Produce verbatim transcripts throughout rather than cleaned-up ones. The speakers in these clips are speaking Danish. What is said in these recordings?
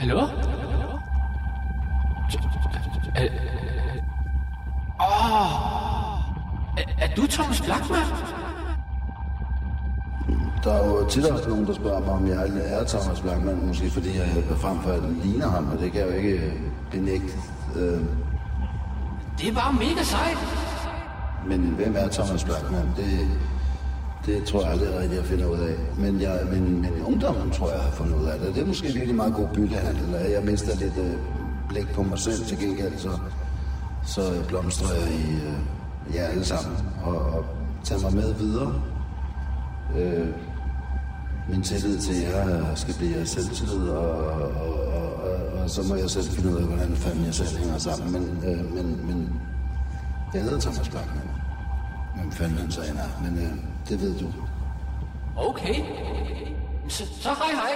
Hallo? Åh! Er du Thomas Blachman? Der er jo tit også nogen, der spørger mig, om jeg er Thomas Blachman, måske fordi jeg frem for alt ligner ham, og det kan jeg jo ikke benægte. Det er bare mega sejt. Men hvem er Thomas Blachman? Det, det tror jeg aldrig rigtigt, jeg finder ud af. Men, jeg, men, men ungdommen tror jeg, jeg har fundet ud af det. Det er måske virkelig meget god byttehandel. Jeg mister lidt øh, blik på mig selv til gengæld, så, så blomstrer jeg i øh, jer alle sammen og, og tager mig med videre. Øh, min tillid til jer skal blive jeres selvtillid, og, og, og, og, og så må jeg selv finde ud af, hvordan fanden jeg selv hænger sammen. Men, øh, men, men jeg hedder Thomas Blachman. Hvem fanden han så end er, men øh, det ved du. Okay. Så, så hej hej.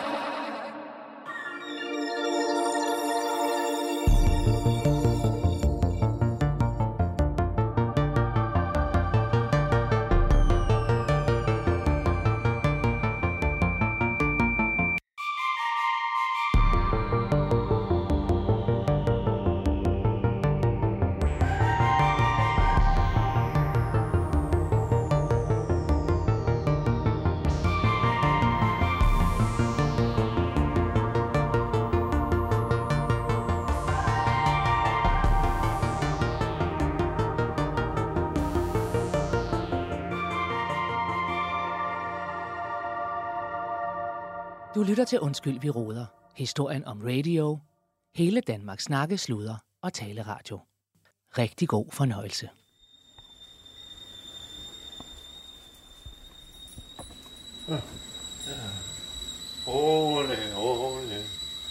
Du lytter til Undskyld, vi råder. Historien om radio, hele Danmarks snakke, sludder og taleradio. Rigtig god fornøjelse. Rolig, rolig.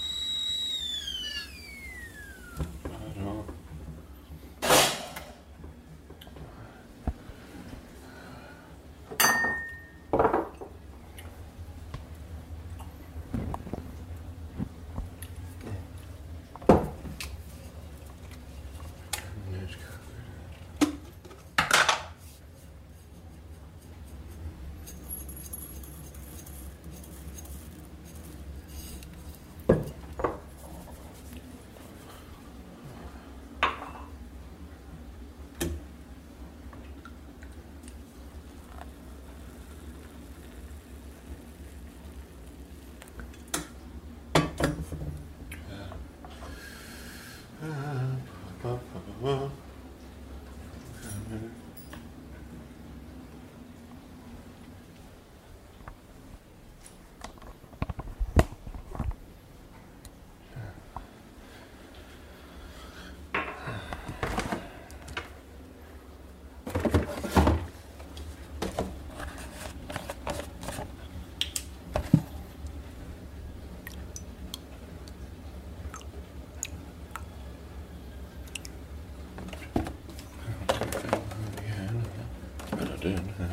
Den her.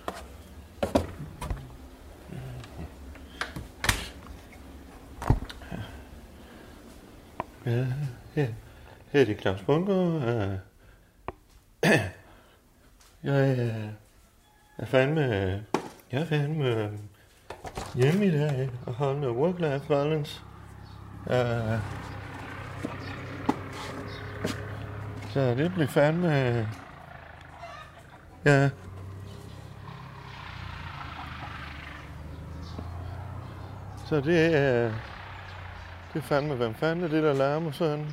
Ja, ja. Her er det Claus Bunker. Jeg er fandme, jeg er fandme hjemme i dag og holde work-life balance. Uh, så det bliver fandme, ja. Så det er, det er fandme, hvem fanden er det, der larmer sådan?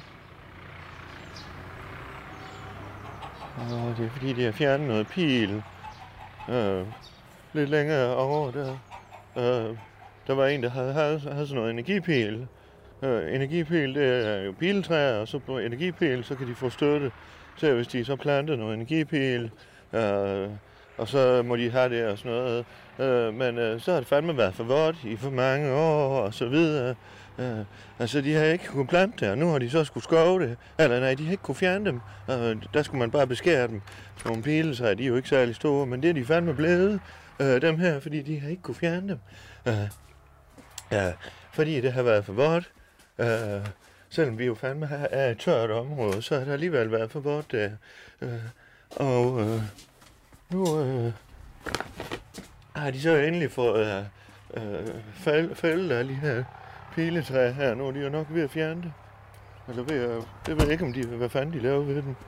Og det er fordi, de har fjernet noget pil. Uh, lidt længere over der. Uh, der var en, der havde, havde, havde sådan noget energipil. Uh, energipil, det er jo piltræer, og så på energipil, så kan de få støtte til, hvis de så planter noget energipil. Uh, og så må de have det og sådan noget. Uh, men uh, så har det fandme været for vådt i for mange år, og så videre. Uh, altså, de har ikke kunnet plante det, og nu har de så skulle skove det. Eller nej, de har ikke kunne fjerne dem. Uh, der skulle man bare beskære dem. Sådan nogle piltræer, de er jo ikke særlig store, men det er de fandme blevet, uh, dem her, fordi de har ikke kunne fjerne dem. Uh, ja, fordi det har været for vådt. Uh, selvom vi jo fandme er et tørt område, så har det alligevel været for vådt der. Uh, og uh, nu uh, har de så endelig fået uh, uh, fældet alle de her piletræ her nu. De er nok ved at fjerne det. Eller ved at, det ved jeg ikke, om de, hvad fanden de laver ved den.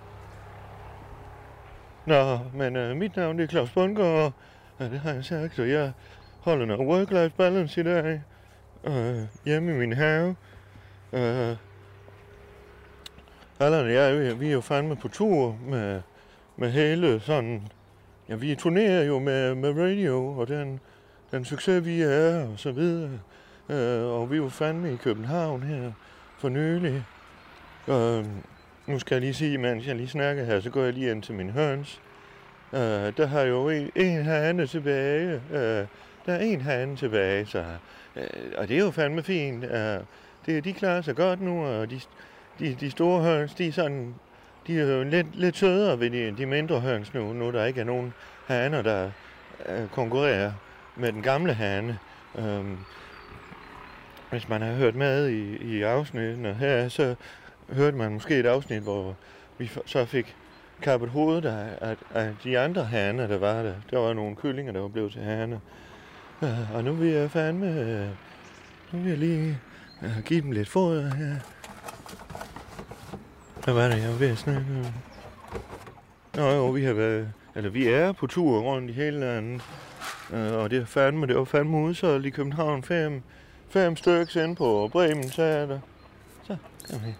Nå, men øh, mit navn det er Claus Bundgaard. Ja, det har jeg sagt, og jeg holder noget work-life balance i dag. Øh, hjemme i min have. Øh, Allan og jeg, vi er jo fandme på tur med, med hele sådan... Ja, vi turnerer jo med, med radio, og den, den succes, vi er, og så videre. Øh, og vi er jo fandme i København her for nylig. Øh, nu skal jeg lige sige, mens jeg lige snakker her, så går jeg lige ind til min høns. Øh, der har jo en, en hane tilbage. Øh, der er en hane tilbage, så... Øh, og det er jo fandme fint. Øh, det, de klarer sig godt nu, og de, de, de store høns, de er sådan... De er jo lidt, lidt sødere ved de, de mindre høns nu, nu der ikke er nogen haner, der øh, konkurrerer med den gamle hane. Øhm, hvis man har hørt med i, i afsnittene her, så hørte man måske et afsnit, hvor vi så fik kappet hovedet af, af, af de andre haner, der var der. Der var nogle kyllinger, der var blevet til haner. Øh, og nu vil jeg fandme, øh, nu vil jeg lige øh, give dem lidt foder her. Hvad var det, jeg var ved at snakke om? Nå jo, vi har været, eller vi er på tur rundt i hele landet. Øh, og det er fandme, det var fandme udsolgt i København. Fem, fem stykker inde på Bremen Teater. Så, kom her.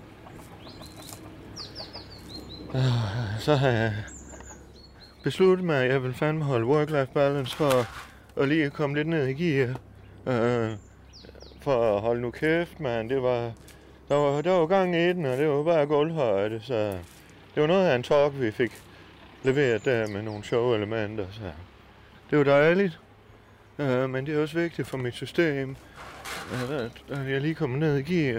Øh, så har jeg besluttet mig, at jeg vil fandme holde work-life balance for at lige komme lidt ned i gear. Øh, for at holde nu kæft, man. Det var... Der var, der var gang i den, og det var bare gulvhøjde, så det var noget af en talk, vi fik leveret der med nogle sjove elementer, så det var dejligt. Uh, men det er også vigtigt for mit system, uh, at jeg lige kommer ned i gear.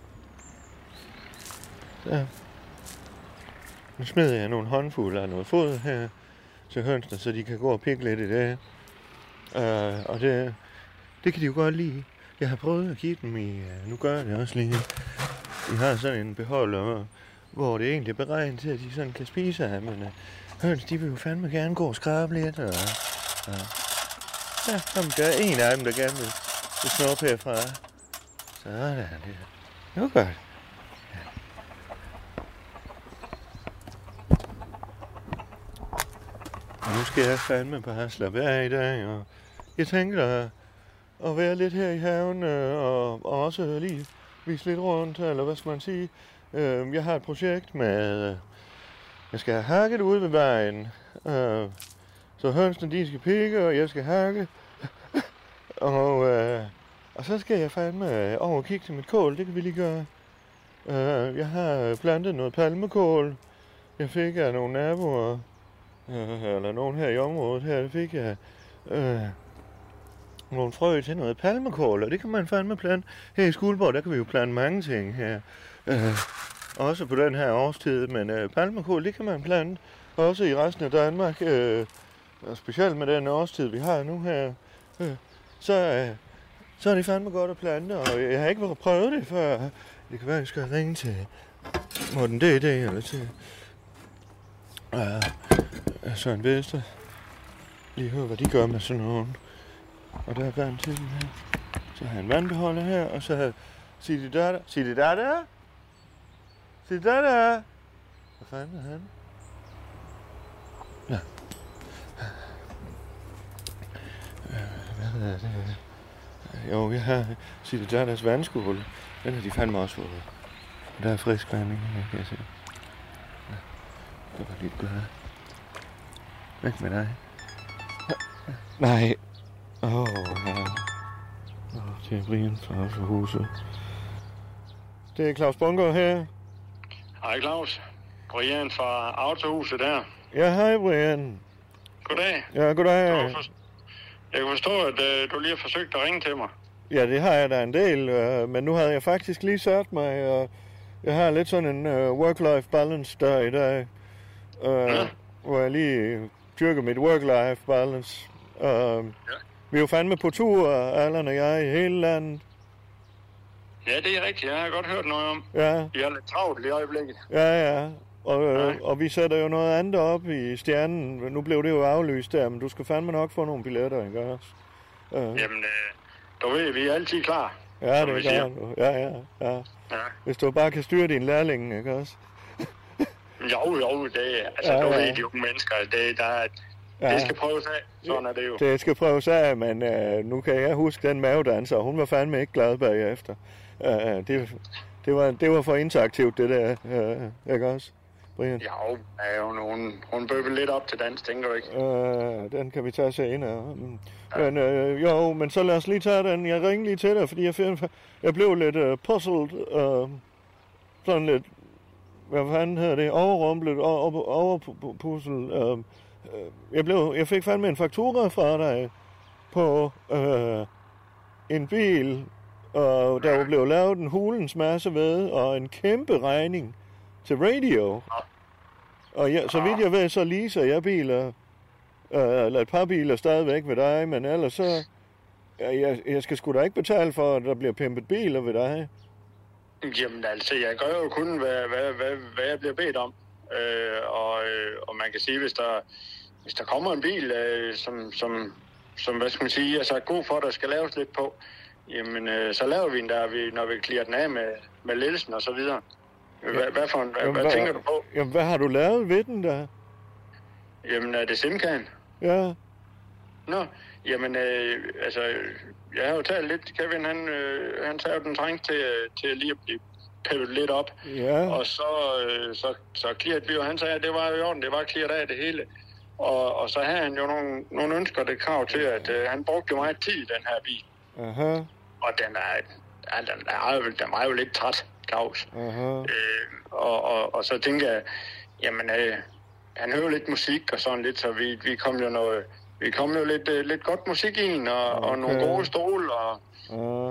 Så nu smider jeg nogle håndfulde af noget foder her til hønsene, så de kan gå og pikke lidt i det. Uh, og det, det kan de jo godt lide. Jeg har prøvet at give dem i, nu gør jeg det også lige. Vi har sådan en beholder, hvor det egentlig er beregnet til, at de sådan kan spise af, men uh, høns, de vil jo fandme gerne gå og skrabe lidt, og, og ja, der er en af dem, der gerne vil, vil snuppe herfra. Sådan er det. Det var godt. Ja. Og nu skal jeg fandme bare slappe af i dag, og jeg tænker at være lidt her i haven, og, og også lige vise lidt rundt, eller hvad skal man sige. Jeg har et projekt med, jeg skal have hakket ude ved vejen, så hønsene de skal pikke, og jeg skal hakke. og, og så skal jeg fandme over og kigge til mit kål, det kan vi lige gøre. Jeg har plantet noget palmekål, jeg fik af nogle naboer, eller nogen her i området her, det fik jeg nogle frø til noget palmekål, og det kan man fandme plante. Her i Skuldborg, der kan vi jo plante mange ting her. Øh, også på den her årstid, men øh, palmekål, det kan man plante. Også i resten af Danmark, øh, og specielt med den årstid, vi har nu her, øh, så, øh, så er det fandme godt at plante, og jeg har ikke prøvet det før. Det kan være, at jeg skal ringe til Morten D D, eller til øh, Søren Vester. Lige høre, hvad de gør med sådan nogen. Og der er vand til den her. Så har jeg en vandbeholder her, og så har sig det der der. Sig det der der. Sig det der der. Hvad fanden er han? Ja. Hvad er det? Jo, jeg har sig det der deres vandskål. Den har de fandme også fået. Og der er frisk vand i her, kan jeg se. Ja. Det var lidt glad. Væk med dig. Nej. Åh, oh, ja. Oh, det er Brian fra Autohuset. Det er Claus Bundgaard her. Hej Claus. Brian fra Autohuset der. Ja, hej Brian. Goddag. Ja, goddag. Jeg kan forstå, at uh, du lige har forsøgt at ringe til mig. Ja, det har jeg da en del, uh, men nu havde jeg faktisk lige sat mig, og uh, jeg har lidt sådan en uh, work-life balance der i dag. Uh, ja. Hvor jeg lige dyrker mit work-life balance. Uh, ja. Vi er jo fandme på tur, Allan og jeg, i hele landet. Ja, det er rigtigt. Jeg har godt hørt noget om. Ja. Vi har lidt travlt i øjeblikket. Ja, ja. Og, ja. og vi sætter jo noget andet op i Stjernen. Nu blev det jo aflyst der, men du skal fandme nok få nogle billetter, ikke også? Uh. Jamen, øh, du ved, vi er altid klar. Ja, det er klart. Ja, ja, ja, ja. Hvis du bare kan styre din lærling, ikke også? Jo, jo, det er, altså, ja, du ja. ved, de unge mennesker, det, der er, ja. det skal prøves af, sådan er det jo. Det skal prøves af, men øh, nu kan jeg huske den mavedanser, hun var fandme ikke glad bagefter. Øh, det, det, var, det var for interaktivt, det der, øh, ikke også, Brian? Jo, ja, hun, hun, hun bøbede lidt op til dans, tænker du ikke? Øh, den kan vi tage senere. Ja. Men øh, jo, men så lad os lige tage den. Jeg ringer lige til dig, fordi jeg, find, jeg blev lidt uh, puzzled, uh, sådan lidt, hvad fanden hedder det, overrumplet, overpuslet. Uh, jeg, blev, jeg fik fandme en faktura fra dig på uh, en bil, og der blev lavet en hulens masse ved, og en kæmpe regning til radio. Og jeg, så vidt jeg ved, så leaser jeg biler, øh, eller et par biler stadigvæk ved dig, men ellers så, jeg, jeg skal sgu da ikke betale for, at der bliver pimpet biler ved dig. Jamen altså, jeg gør jo kun, hvad, hvad, hvad, hvad jeg bliver bedt om. Øh, og, øh, og man kan sige, hvis der, hvis der kommer en bil, øh, som, som, som, hvad skal man sige, jeg er god for, der skal laves lidt på, jamen øh, så laver vi den der, når vi clearer den af med, med ledelsen og så videre. Hvad, hvad, for en, hvad, jamen, hvad, hvad tænker du på? Jamen, hvad har du lavet ved den der? Jamen, er det simkagen? Ja. Nå, jamen, øh, altså, jeg har jo talt lidt, Kevin, han, øh, han tager jo den træng til, til lige at blive peppet lidt op. Ja. Og så, øh, så, så clearet vi jo, han sagde, at det var jo i orden, det var clearet af det hele. Og, og så havde han jo nogle, nogle ønsker, det krav til, at øh, han brugte jo meget tid i den her bil. Aha. Og den er, ja, den er, jo, den var jo lidt træt, Claus. Øh, og, og, og så tænker jeg, jamen, øh, han hører lidt musik og sådan lidt, så vi, vi kom jo noget, vi kom jo lidt, øh, lidt godt musik ind, og, okay. og nogle gode stole, og uh.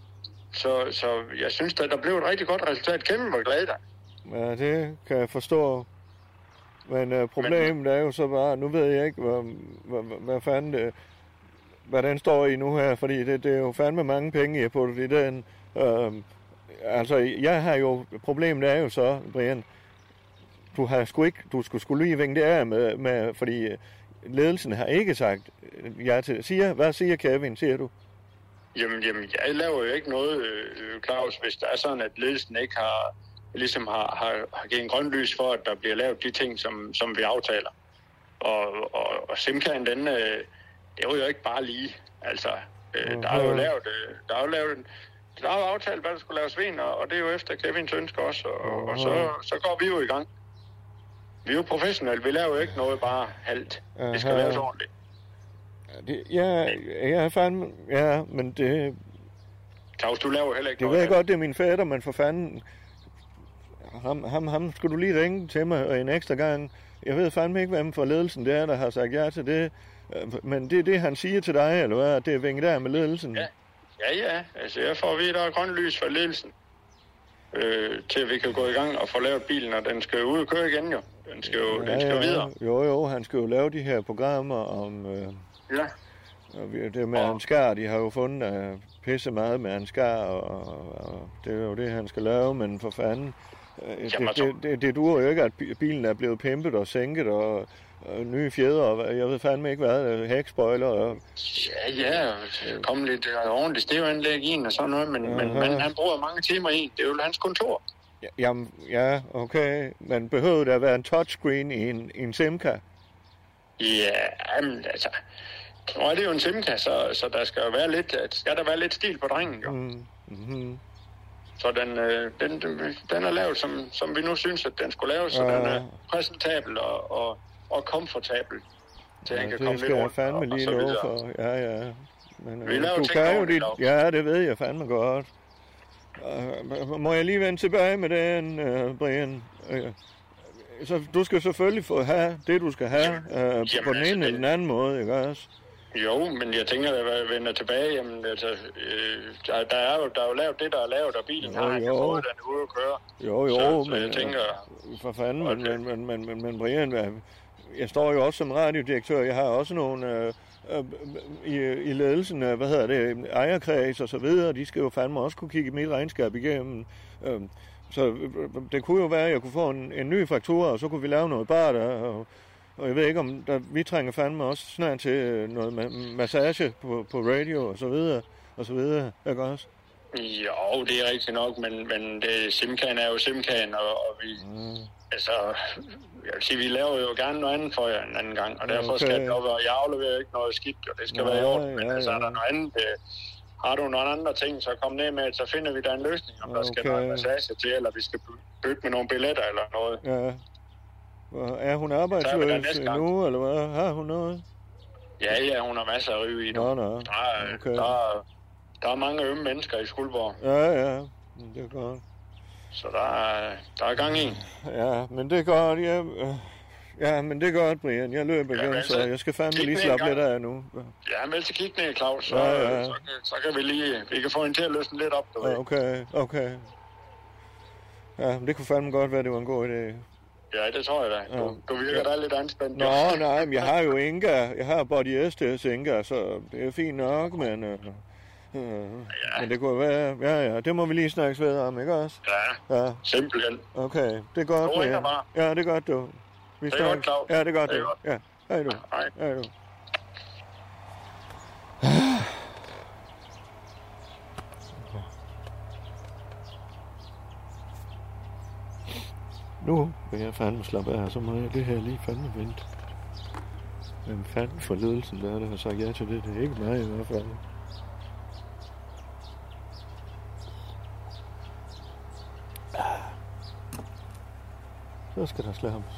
så, så jeg synes, at der blev et rigtig godt resultat. Kæmpe var glad der. Ja, det kan jeg forstå. Men øh, problemet Men, er jo så bare, nu ved jeg ikke, hvad, hvad, hvad fanden det, hvad den står i nu her, fordi det, det er jo fandme mange penge i på det, i den. Øh, altså, jeg har jo, problemet er jo så, Brian, du har sgu ikke, du skulle skulle lige vinge det af med, med, fordi ledelsen har ikke sagt ja til, siger, hvad siger Kevin, siger du? Jamen, jamen, jeg laver jo ikke noget, Claus, hvis der er sådan, at ledelsen ikke har, ligesom har, har, har givet en grøn lys for, at der bliver lavet de ting, som, som vi aftaler. Og, og, og Simkagen, den, det er jo ikke bare lige, altså, uh-huh. der er jo lavet, der er jo lavet en, der er jo aftalt, hvad der skulle laves vin, og det er jo efter Kevins ønske også, og, og så, så går vi jo i gang. Vi er jo professionelle, vi laver jo ikke noget bare halvt. Det skal laves ordentligt. Det, ja, jeg er fandme, ja, men det... Claus, du laver heller ikke det noget. Det ved jeg godt, det er min fætter, men for fanden... Ham, ham, ham skulle du lige ringe til mig en ekstra gang. Jeg ved fandme ikke, hvem for ledelsen det er, der har sagt ja til det. Men det er det, han siger til dig, eller hvad? Det er vinget der med ledelsen. Ja, ja, ja. Altså, jeg får at vide, der er grøn lys for ledelsen. Øh, til at vi kan gå i gang og få lavet bilen, og den skal jo ud og køre igen, jo. Den skal jo, ja, den skal jo videre. Jo, jo, han skal jo lave de her programmer om... Øh, ja. Det med hans skar, de har jo fundet uh, pisse meget med hans skar, og, og det er jo det, han skal lave, men for fanden... Det, det, det, det duer jo ikke, at bilen er blevet pimpet og sænket, og, og nye fjeder, og jeg ved fandme ikke hvad, hækspoiler og... Ja, ja, kom lidt ordentligt stereoanlæg i en og sådan noget, men, men, men han bruger mange timer i. Det er jo hans kontor. Ja, jamen, ja, okay, men behøver der at være en touchscreen i en, i en Simca? Ja, men altså... Nu er det jo en Simca, så, så der skal jo være lidt, skal der være lidt stil på drengen, jo. Mm, mm-hmm. Så den, øh, den, den, den er lavet, som, som vi nu synes, at den skulle laves, så ja. Den er præsentabel og, og, og komfortabel, til ja, han kan komme lidt rundt fandme og, lige og så videre. For. Ja, ja. Men, vi laver du ting kan jo dit... Ja, det ved jeg fandme godt. Uh, må jeg lige vende tilbage med den, uh, Brian? Uh, så du skal selvfølgelig få have det, du skal have, uh, jamen, på den altså, ene eller den anden måde, ikke også? Jo, men jeg tænker, at jeg vender tilbage, jamen, altså, øh, der, der, er jo, der er jo lavet det, der er lavet, og bilen jo, har, han kan få den ude at køre. Jo, jo, så, så men, jeg tænker... For fanden, men, men, men, men, men, men Brian, jeg står jo også som radiodirektør, jeg har også nogle øh, øh, i, i ledelsen, øh, hvad hedder det, ejerkreds og så videre, de skal jo fandme også kunne kigge mit regnskab igennem. Øh, så øh, det kunne jo være, at jeg kunne få en, en ny faktura, og så kunne vi lave noget bare der, og, Og jeg ved ikke, om der, vi trænger fandme også snart til noget ma- massage på, på radio og så videre. og så videre, ikke også? Jo, det er rigtigt nok, men, men det, Simkan er jo Simkan, og, og vi, mm. altså, jeg vil sige, vi laver jo gerne noget andet for jer en anden gang, og derfor okay. skal det jo være, jeg afleverer ikke noget skidt, og det skal ja, være i orden, men ja, altså, ja. Er der noget andet, det, har du nogle andre ting, så kom ned med, så finder vi der en løsning, om okay. der skal noget massage til, eller vi skal bygge med nogle billetter eller noget. Ja. Er hun arbejdsløs nu, eller hvad? Har hun noget? Ja, ja, hun har masser af ryge i det. Nå, nå. Der, okay. der, der er mange ømme mennesker i Skuldborg. Ja, ja, det er godt. Så der er, der er gang i. Ja, men det er godt, ja. Ja, men det er godt, Brian. Jeg løber igen, ja, så jeg skal fandme lige slappe lidt af nu. Ja, meld til kig ned, Claus, så, ja, ja. Så, så kan vi lige, vi kan få en til at løsne lidt op. Du ja, okay, okay. Ja, men det kunne fandme godt være, det var en god idé. Ja, det tror jeg da. Du, ja. du virker ja. da lidt anspændt. Nå, nej, men jeg har jo Inga. Jeg har Body Estes Inga, så det er fint nok, men... Uh, uh, ja. Men det kunne være... Ja, ja, det må vi lige snakkes ved om, ikke også? Ja, ja. Simpelthen. Okay, det er godt. Du ringer bare. Ja, det er godt, du. Vi det er godt, Claus. Ja, det er godt, det er du. godt. Ja, hej du. Hej. Hej du. Nu vil jeg fandme slappe af, så må jeg det her lige fandme vente. Hvem fanden for ledelsen der, der har sagt ja til det? Det er ikke mig i hvert fald. Så skal der slappes.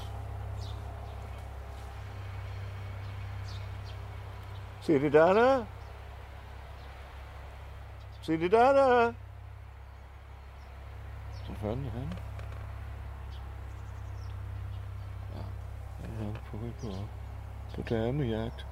Se det der, der? Se det der, der? Så fanden er han. Ja, på på på damejagt.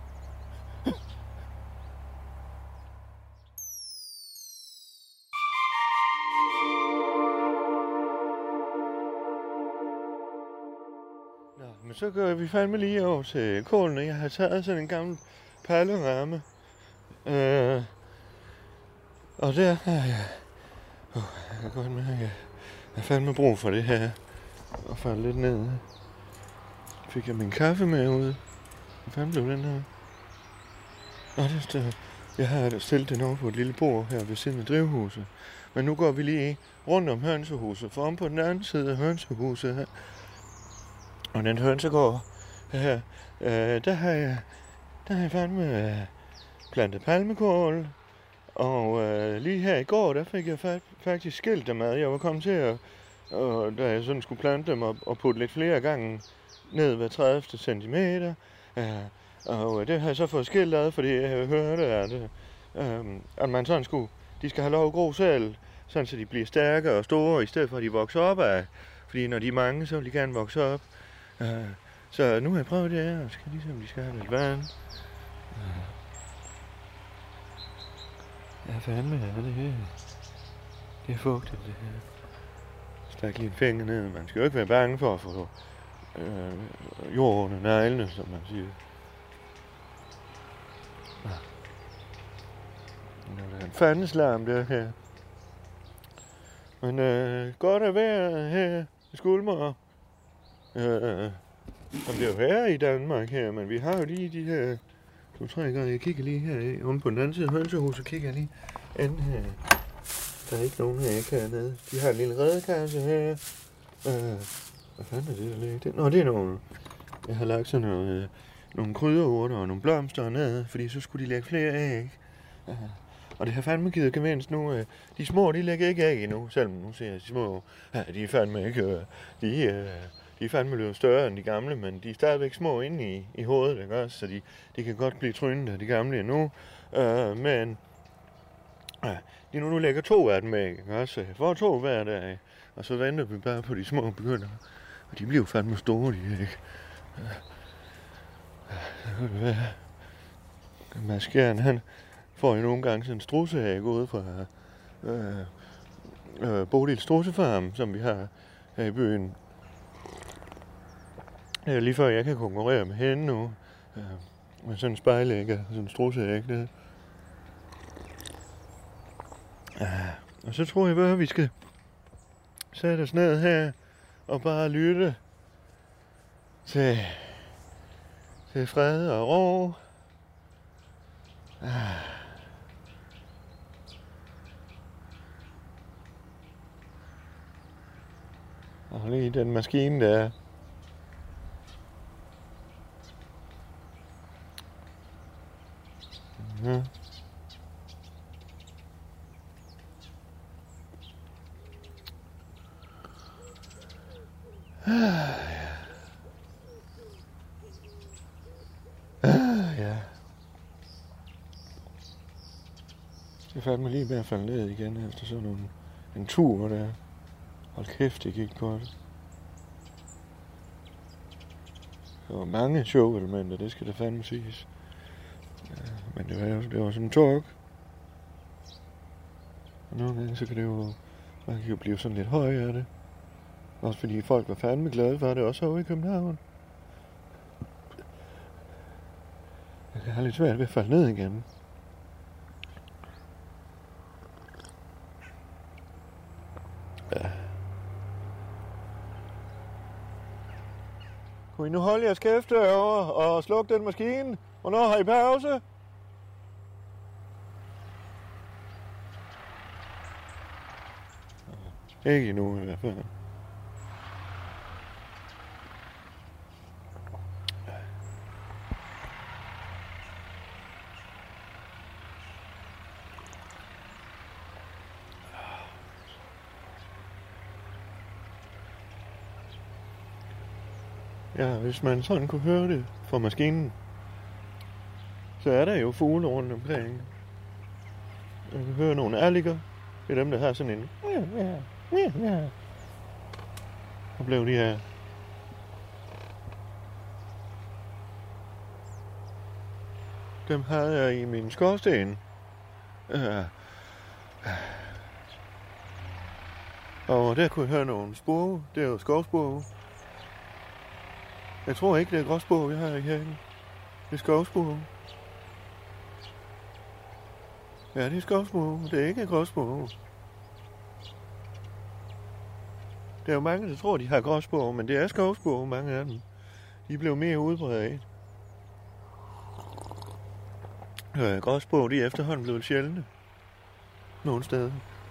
Nå, men så går vi fandme lige over til kålen, og jeg har taget sådan en gammel palleramme. Øh, og der har jeg... Oh, jeg kan godt mærke, at jeg har fandme brug for det her. Og falde lidt ned. Fik jeg min kaffe med ud. Hvad fanden blev den her? Nå, det står... Jeg har stillet den over på et lille bord her ved siden af drivhuset. Men nu går vi lige rundt om hønsehuset, for om på den anden side af hønsehuset her. Og den hønsegård her, øh, der har jeg, der har jeg fandme øh, plantet palmekål. Og øh, lige her i går, der fik jeg faktisk skilt dem ad. Jeg var kommet til at, og, da jeg sådan skulle plante dem og, og putte lidt flere gange ned hver tredivte centimeter. Øh, og det har jeg så fået skilt ad, fordi jeg hørte, at, øh, at man sådan skulle, de skal have lov at gro selv, sådan så de bliver stærkere og store, i stedet for at de vokser op af. Fordi når de er mange, så vil de gerne vokse op. Uh, så nu har jeg prøvet det her, og skal ligesom de skal have lidt vand. Uh. Ja, fandme er det her. Det er fugtigt, det her. Stak lige en finger ned. Man skal jo ikke være bange for at få uh, jord under neglene, som man siger. Uh. Nu er der en fandeslarm der her. Men uh, godt at være her i Skuldborg. Øh, og det er jo her i Danmark her, men vi har jo lige de her to, tre gange. Jeg kigger lige her om på den anden side af hønsehuset, kigger jeg lige ind her. Der er ikke nogen her, ikke hernede. De har en lille redekasse her. Øh, hvad fanden er det, der ligger? Det, nå, det er nogle... Jeg har lagt sådan noget, øh, nogle krydderurter og nogle blomster ned, fordi så skulle de lægge flere æg. Øh, og det har fandme givet gevinst nu. Øh, de små, de lægger ikke æg endnu, selvom nu ser jeg de små. Ja, de er fandme ikke... Øh, de øh, De er fandme blevet større end de gamle, men de er stadigvæk små inde i, i hovedet, ikke også? Så de, de kan godt blive trynet af de gamle endnu. Uh, men uh, de nu, nu lægger to af dem af, ikke også? Så jeg får to hver dag, og så venter vi bare på de små begynder. Og de bliver jo fandme store, de ikke? Uh, uh, det kan være. Mads Gjern, han får jo nogle gange sådan en strudseæg ude fra uh, uh, Bodil Strudsefarm, som vi har her i byen. Det er lige før jeg kan konkurrere med hende nu. Ja, med sådan en spejlæg og sådan en strudseæg der. Ja, og så tror jeg bare, at vi skal sætte os ned her og bare lytte til, til fred og ro. Ja. Og lige den maskine der. Ja. Ah, ja. Ah, ja. Det er fandme lige med at falde ned igen efter sådan en, en tur der. Hold kæft, det gik godt. Der var mange show-elementer, det skal det fandme siges. Ja, men det var jo det var sådan en talk. Og nogle gange så kan det jo, man kan jo blive sådan lidt høj af det. Også fordi folk var fandme glade for det, også over i København. Jeg har lidt svært ved at falde ned igen. Ja. Kunne I nu holde jeres kæft derovre og slukke den maskine? Hvornår har I pause? Ikke endnu i hvert fald. Ja, hvis man sådan kunne høre det fra maskinen, så er der jo fugle rundt omkring. Man kan høre nogle alliger. Det er dem, der har sådan en... Og blev de her... Dem havde jeg i min skorsten. Ja. Og der kunne jeg høre nogle spurve. Det er jo skovspurve. Jeg tror ikke, det er gråspurve, jeg har i hagen. Det er skovspurve. Ja, det er skovspurve. Det er ikke gråspurve. Der er jo mange, der tror, de har gråspurve, men det er skovspurve, mange af dem. De blev mere udbredt. Ja, gråspurve, de er efterhånden blevet sjældne. Nogle steder.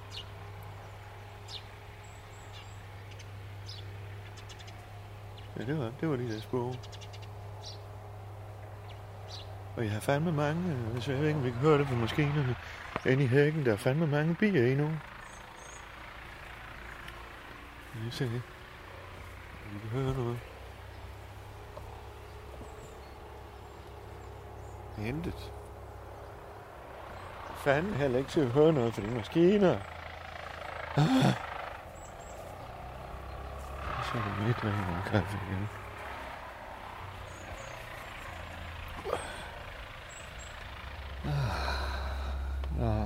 Ja, det var, det var de der spurve. Og jeg har fandme mange, så jeg ved ikke, om vi kan høre det på maskinerne. Inde i hækken, der er fandme mange bier i nu. Vi kan se, vi kan høre noget. Intet. Fanden heller ikke til at høre noget for de maskiner. Ah. Så er det midt med en kaffe igen. Nå.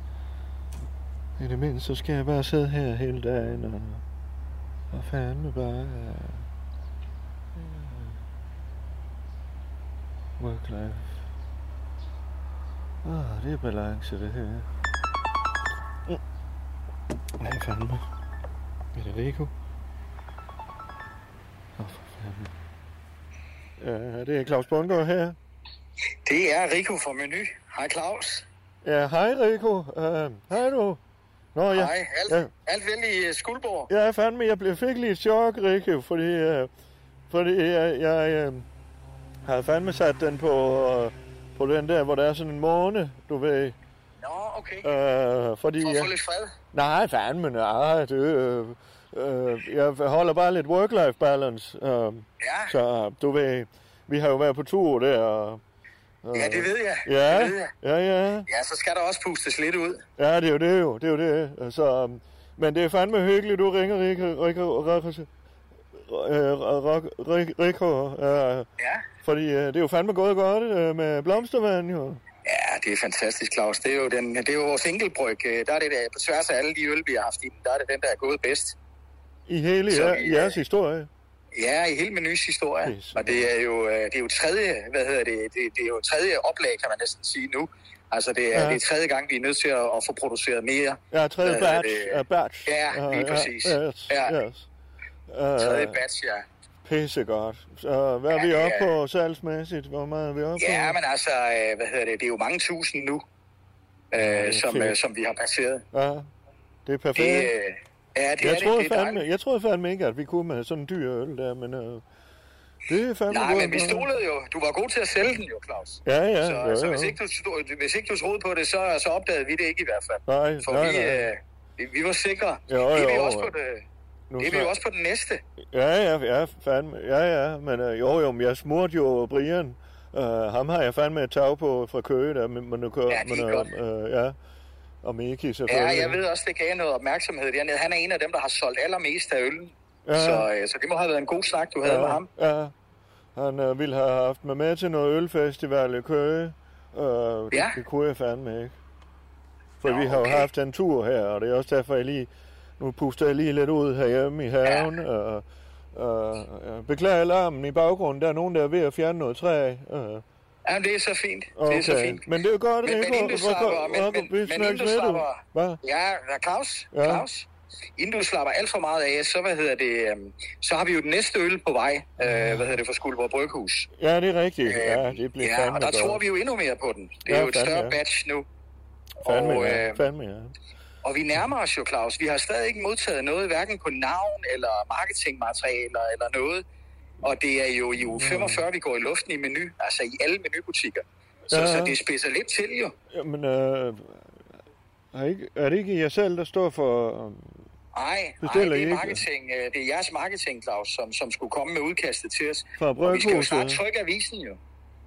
I det mindste, så skal jeg bare sidde her hele dagen og, og fandme bare uh, work life. Åh, oh, det er balance, det her. Nej, mm. fandme. Er det Rico? Åh, oh, for fanden. Ja, det er Claus Bundgaard her. Det er Rico fra Meny. Hej Claus. Ja, hej Rico. Uh, hej du. Nå, ja. Hej, alt, ja. alt vel i uh, Skuldborg? Ja, fandme, jeg blev fik lige et chok, Rico, fordi, uh, fordi jeg, jeg uh, havde fandme sat den på, uh, på den der, hvor der er sådan en måne, du ved. Nå, okay. Uh, fordi, For at få lidt fred? Nej, fandme, nej, det, uh, uh, jeg holder bare lidt work-life balance. Uh, ja. Så du ved, vi har jo været på tur der, og ja, det ved jeg. Ja, det ved jeg. ja, ja. Ja, så skal der også pustes lidt ud. Ja, det er jo det jo, det er jo det. Så, um, men det er fandme hyggeligt, du ringer, Rico, Rico, Rico, Rico, uh, ja. Fordi uh, det er jo fandme gået godt uh, med blomstervand, jo. Ja, det er fantastisk, Claus. Det er jo, den, det er jo vores enkeltbryg. Der er det der, på tværs af alle de øl, vi har haft i den, der er det den, der er gået bedst. I hele jer, vi, jeres historie? Ja, i hele Menys historie. Yes. Og det er jo det er jo tredje, hvad hedder det, det, det er jo tredje oplag, kan man næsten sige nu. Altså det er, ja. det er tredje gang, vi er nødt til at, at få produceret mere. Ja, tredje batch. Uh, batch. Ja, lige uh, præcis. Ja, yes, ja. Yes. Uh, tredje batch, ja. Pissegodt. Så hvad er ja, vi oppe ja. på salgsmæssigt? Hvor meget er vi oppe ja, på? Ja, men altså, hvad hedder det, det er jo mange tusind nu, ja, øh, som, øh, som vi har passeret. Ja, det er perfekt. Det, Ja, det jeg er troede det. det er fandme, jeg troede fandme ikke, at vi kunne med sådan en dyr øl der, men øh, det er fandme... Nej, men vi stolede jo. Du var god til at sælge den jo, Claus. Ja, ja. Så, ja, så ja. hvis, ikke du, hvis ikke du troede på det, så, så opdagede vi det ikke i hvert fald. Nej, For nej, vi, nej. Øh, vi, vi var sikre. Jo, jo, det er vi jo. også på det. Nu Det er vi jo også på den næste. Ja, ja, ja, fandme. Ja, ja, men øh, jo, jo, men jeg smurte jo Brian. Uh, ham har jeg fandme et tag på fra Køge, der, men, men, Ja, det er men, godt. Øh, ja, og Miki selvfølgelig. Ja, jeg ved også, det gav noget opmærksomhed dernede. Han er en af dem, der har solgt allermest af øllen. Ja. Så, øh, så det må have været en god snak, du havde ja, med ham. Ja, han øh, ville have haft mig med til noget ølfestival i Køge. Uh, det, Ja. det kunne jeg fandme ikke. For Nå, vi har jo okay. haft en tur her, og det er også derfor, jeg lige... Nu puster jeg lige lidt ud herhjemme i haven. Ja. Og, og, og beklager larmen i baggrunden. Der er nogen, der er ved at fjerne noget træ. Uh, Ja, det er så fint. okay. Det er så fint. Men det er jo godt, Men, Rico. men inden du slapper, men, men, men, men inden du slapper, Hvad? ja, Claus, Ja. Claus, inden du slapper alt for meget af, så, hvad hedder det, øhm, så har vi jo den næste øl på vej, øh, hvad hedder det, fra Skuldborg Bryghus. Ja, det er rigtigt. Ja, Øh, det bliver ja, fandme og der godt. tror vi jo endnu mere på den. Det er Ja, jo et fandme, større ja. batch nu. Fandme, og, ja. øh, Fandme, ja. Og vi nærmer os jo, Claus. Vi har stadig ikke modtaget noget, hverken på navn eller marketingmaterialer eller noget. Og det er jo i uge femogfyrre, vi går i luften i menu, altså i alle menubutikker. Så, Ja. så det spidser lidt til jo. Jamen, øh, er, ikke, er det ikke jer selv, der står for... Øh, Nej, nej, Bestiller det I er ikke? marketing. øh, Det er jeres marketing, Claus, som, som skulle komme med udkastet til os. Fra Og vi skal jo snart Bryghuset? trykke avisen jo.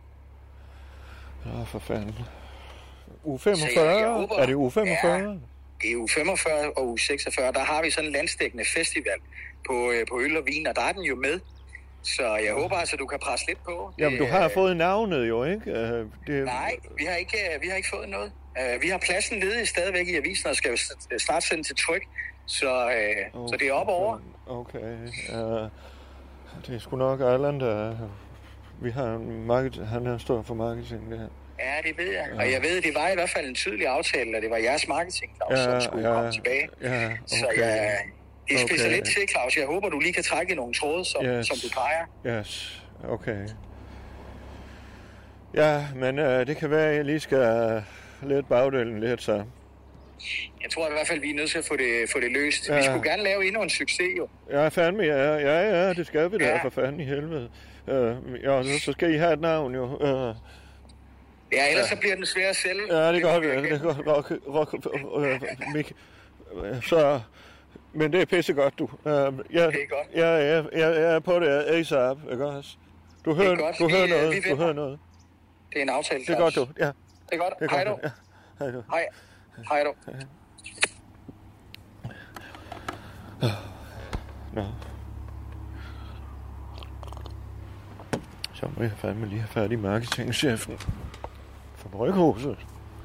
Åh, for fanden. Uge Så jeg- femogfyrre? jeg håber- Er det uge femogfyrre? Ja. Det er uge femogfyrre og uge seksogfyrre. Der har vi sådan en landstækkende festival på, øh, på øl og vin, og der er den jo med. Så jeg håber altså, du kan presse lidt på. Jamen, du Det, har øh, fået navnet jo, ikke? Øh, det, Nej, vi har ikke, øh, vi har ikke fået noget. Uh, vi har pladsen ledig stadigvæk i avisen, og skal jo st- snart sende til tryk. Så, uh, okay. så det er op over. Okay. Uh, det er sgu nok Allan, der... Vi har en market, han er stor for marketing, det her. Ja, det ved jeg. Ja. Og jeg ved, det var i hvert fald en tydelig aftale, at det var jeres marketing, Claus, Ja, som skulle ja, komme tilbage. ja, okay. Så ja, det spidser Okay. lidt til, Claus. Jeg håber, du lige kan trække i nogle tråde, som, Yes. som du plejer. Yes, okay. Ja, men øh, det kan være, at jeg lige skal lidt bagdelen lidt, så. Jeg tror i hvert fald, vi er nødt til at få det, få det løst. Ja. Vi skulle gerne lave endnu en succes, jo. Ja, fandme, ja, ja, ja, det skal vi da, Ja. for fanden i helvede. Øh, ja, så- så skal I have et navn, jo. Øh, Ja, ellers så bliver den svær at sælge. ja, det må går vi det, erkende. det går rock, rock, øh, Mik. Øh, Så, men det er pissegodt, du. Øh, jeg, Det er godt. Jeg, jeg, jeg, jeg er på det ASAP, ikke også? Du hører, godt. du Vi, hører øh, noget, vi du venter. hører noget. Det er en aftale, Det er godt, du, ja. Det er godt. Det er Hej godt, du. ja. Hej du. Hej. Hej du. Nå. Så må jeg fandme lige have færdig marketingchefen for Bryghuset.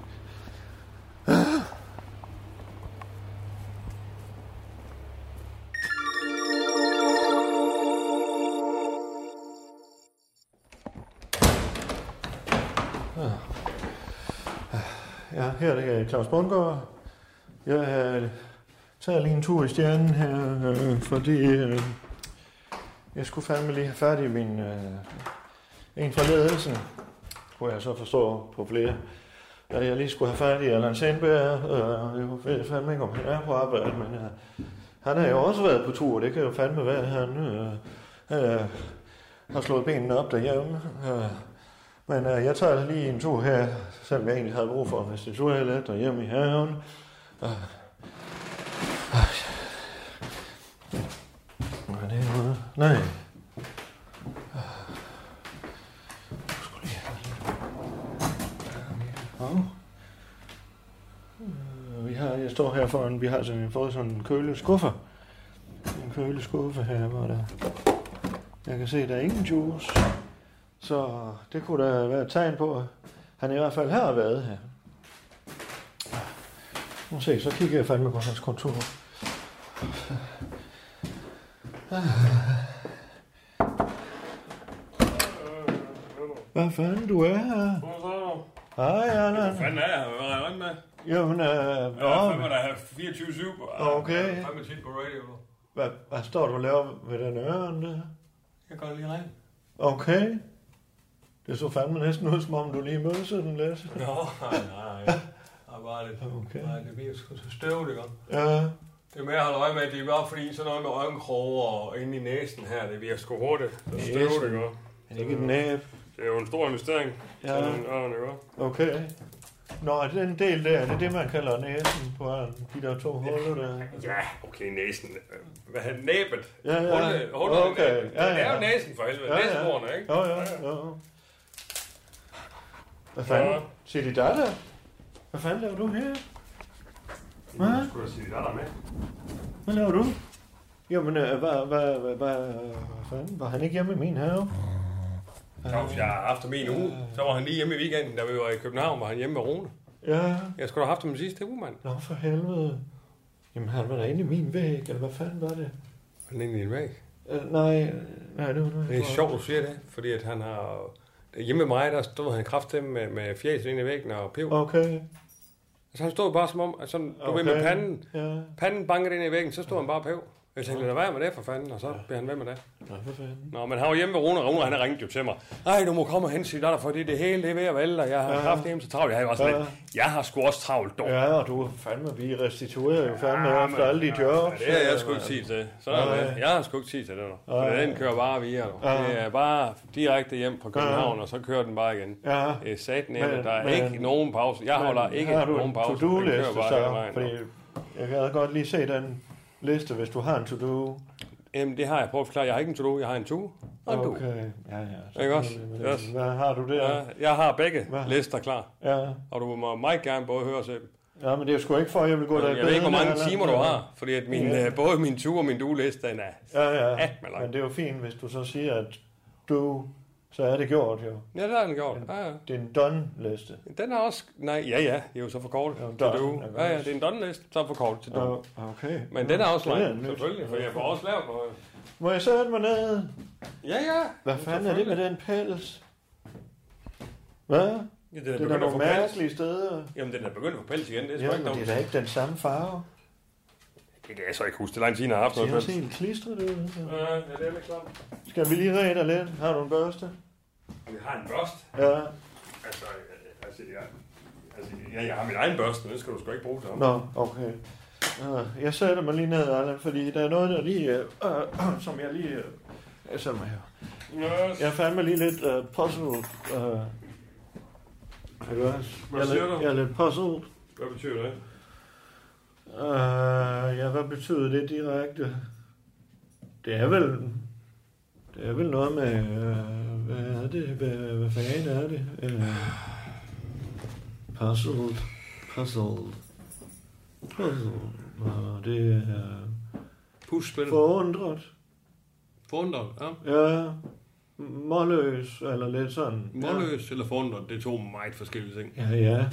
Ja, her er det Claus Bundgaard. Jeg øh, tager lige en tur i stjernen her, øh, fordi øh, jeg skulle fandme lige have færdig min... Øh, en fra ledelsen, kunne jeg så forstå på flere, at jeg lige skulle have færdig Allan Sandberg. Øh, jeg ved fandme ikke, om han er på arbejde, men øh, han har jo også været på tur. Det kan jo fandme være, at han øh, øh, har slået benene op derhjemme. Øh, Men øh, jeg tager lige en tur her, selvom jeg egentlig havde brug for en restitueret derhjemme i haven. Øh. Er det noget? Nej. Øh, Vi har, jeg står her foran, vi har sådan, fået sådan en køleskuffe. En køleskuffe her, hvor der... Jeg kan se, at der er ingen juice. Så det kunne da være et tegn på, at han i hvert fald har været her. Nu se, så kigger jeg fandme på hans kontor. Hvad fanden, du er her? Hej, Allan. Hvad fanden er jeg? Hvad er jeg med? Jamen, øh... Jeg er fandme der fireogtyve syv. Okay. Jeg er fandme tit på radio. Hvad, hvad står du og laver ved den øren der? Jeg går lige rein. Okay. Det så fandme næsten ud, som om du lige mødte den lidt. Nå, nej, nej. Jeg er bare lidt... Okay. Nej, det bliver sgu så støvt, ikke? Ja. Det er med at holde øje med, at det er bare fordi sådan noget med øjenkroger og inde i næsen her, det virker sgu hurtigt. Det er støvt, ikke? Er det ikke et næb? Det er jo en stor investering. Ja. Sådan en ørn, ikke? Okay. Nå, den del der, det er det, man kalder næsen på ørnen. De der to huller der. Ja, okay, næsen. Hvad er næbet? Ja, ja. Hullet, hullet Okay. næbet. Ja, ja. Det er jo næsen for helvede. Ja, ja. Næsenborene, ikke? Jo, jo, jo. Hvad fanden? Siger de der der? Hvad fanden laver du her? Hvad? Jeg skulle da sige, der er der med. Hvad laver du? Jamen, øh, hvad, hvad, hvad, hvad, hvad fanden? Var han ikke hjemme i min have? Claus, jeg har haft ham i en uge. Så var han lige hjemme i weekenden, da vi var i København, var han hjemme med Rune. Ja. Jeg skulle da have haft ham den sidste uge, mand. Nå, for helvede. Jamen, han var da inde i min væg, eller hvad fanden var det? Han er inde i din væg. Uh, nej, nej, det var noget. Det er sjovt, du siger det, fordi at han har... Hjemme med mig, der stod han kraftigt med, med fjæsen ind i væggen og peber. Okay. Altså, han stod bare som om, at sådan, du Okay. ved med panden, Ja. panden bankede ind i væggen, så stod han bare og pev. Jeg tænkte, lad være med det for fanden, og så bliver han ved med det. Nå, for fanden. Nå, men han var hjemme med Rune, og Rune, han har ringet jo til mig. Nej, du må komme og hente sig der, fordi det hele det er ved at vælte, og jeg har Ja. haft det hjemme så travlt. Jeg har jo også Ja. lidt. Jeg har sgu også travlt, dog. Ja, og du fandme, vi restituerer jo fandme Ja, efter men- alle de ja, jobs. det har jeg sgu ikke tid til. Så er Nej. det. Jeg har sgu ikke tid til det nu. For Nej. den kører bare via. Du. Ja. Det er bare direkte hjem fra København, og så kører den bare igen. Ja. Det er satan Men- af, der er men- ikke nogen pause. Jeg holder Men ikke har du nogen en pause. Den to-do-liste kører bare hele så? vejen. Fordi jeg kan godt lige se den liste, hvis du har en to-do. Jamen, det har jeg prøvet at forklare. Jeg har ikke en to-do, jeg har en to. Og en do. Okay, ja, ja. Så Ikke også? kan vi- Yes. Hvad har du der? Ja, jeg har begge Hvad? lister klar. Ja. Og du må meget gerne både høre og se dem. Ja, men det er sgu ikke for, at jeg vil gå der i Jeg ved ikke, hvor bedene, mange eller- timer du har. Fordi at min, Ja. øh, både min tur og min do-liste, den er Ja, ja. satme lang. Men det er jo fint, hvis du så siger, at du, så er det gjort jo. Ja, det har den gjort. Ja, ja. Det er en done-liste. Den er også... Nej, ja, ja. Det er jo så forkortet Ja, til done, do. ja, Ja, ja. Det er en done-list, så forkortet til do. Ja, okay. Men den er også Det er lang, nyt. selvfølgelig. For jeg får også lavet noget. Må jeg sætte mig ned? Ja, ja. Hvad fanden er det med den pels? Hvad? Ja, den er Det er begyndt der at få nogle pels. mærkelige steder. Jamen, den er begyndt at få pels igen. Det er sgu Ja, ikke men det dumt. er da ikke den samme farve. Det kan jeg så ikke huske. Det er lang tid, jeg har haft Det er noget også pels. helt klistret ud. Ja, ja, det er lidt klart. Skal vi lige rede dig lidt? Har du en børste? Vi har en børst. Ja. Altså, øh, altså, jeg, altså, ja, jeg har min egen børste, men den skal du sgu ikke bruge til. Nå, okay. Ja, jeg sætter mig lige ned, Allan, fordi der er noget, der lige... Øh, øh, som jeg lige... Øh, jeg sætter mig her. Yes. Jeg er fandme lige lidt øh, puzzled. Øh, ikke også? Hvad jeg, er siger lidt, du? jeg er lidt puzzled. Hvad betyder det? Øh, ja, hvad betyder det direkte? Det er vel... Det er vel noget med... Øh, hvad er det? Hvad, hvad fanden er det? Øh, puzzled. Puzzled. Puzzled. Nå, det er... Puslespil. Forundret. Forundret, ja. Ja. Målløs, eller lidt sådan. Målløs eller forundret, det er to meget forskellige ting. Ja, ja.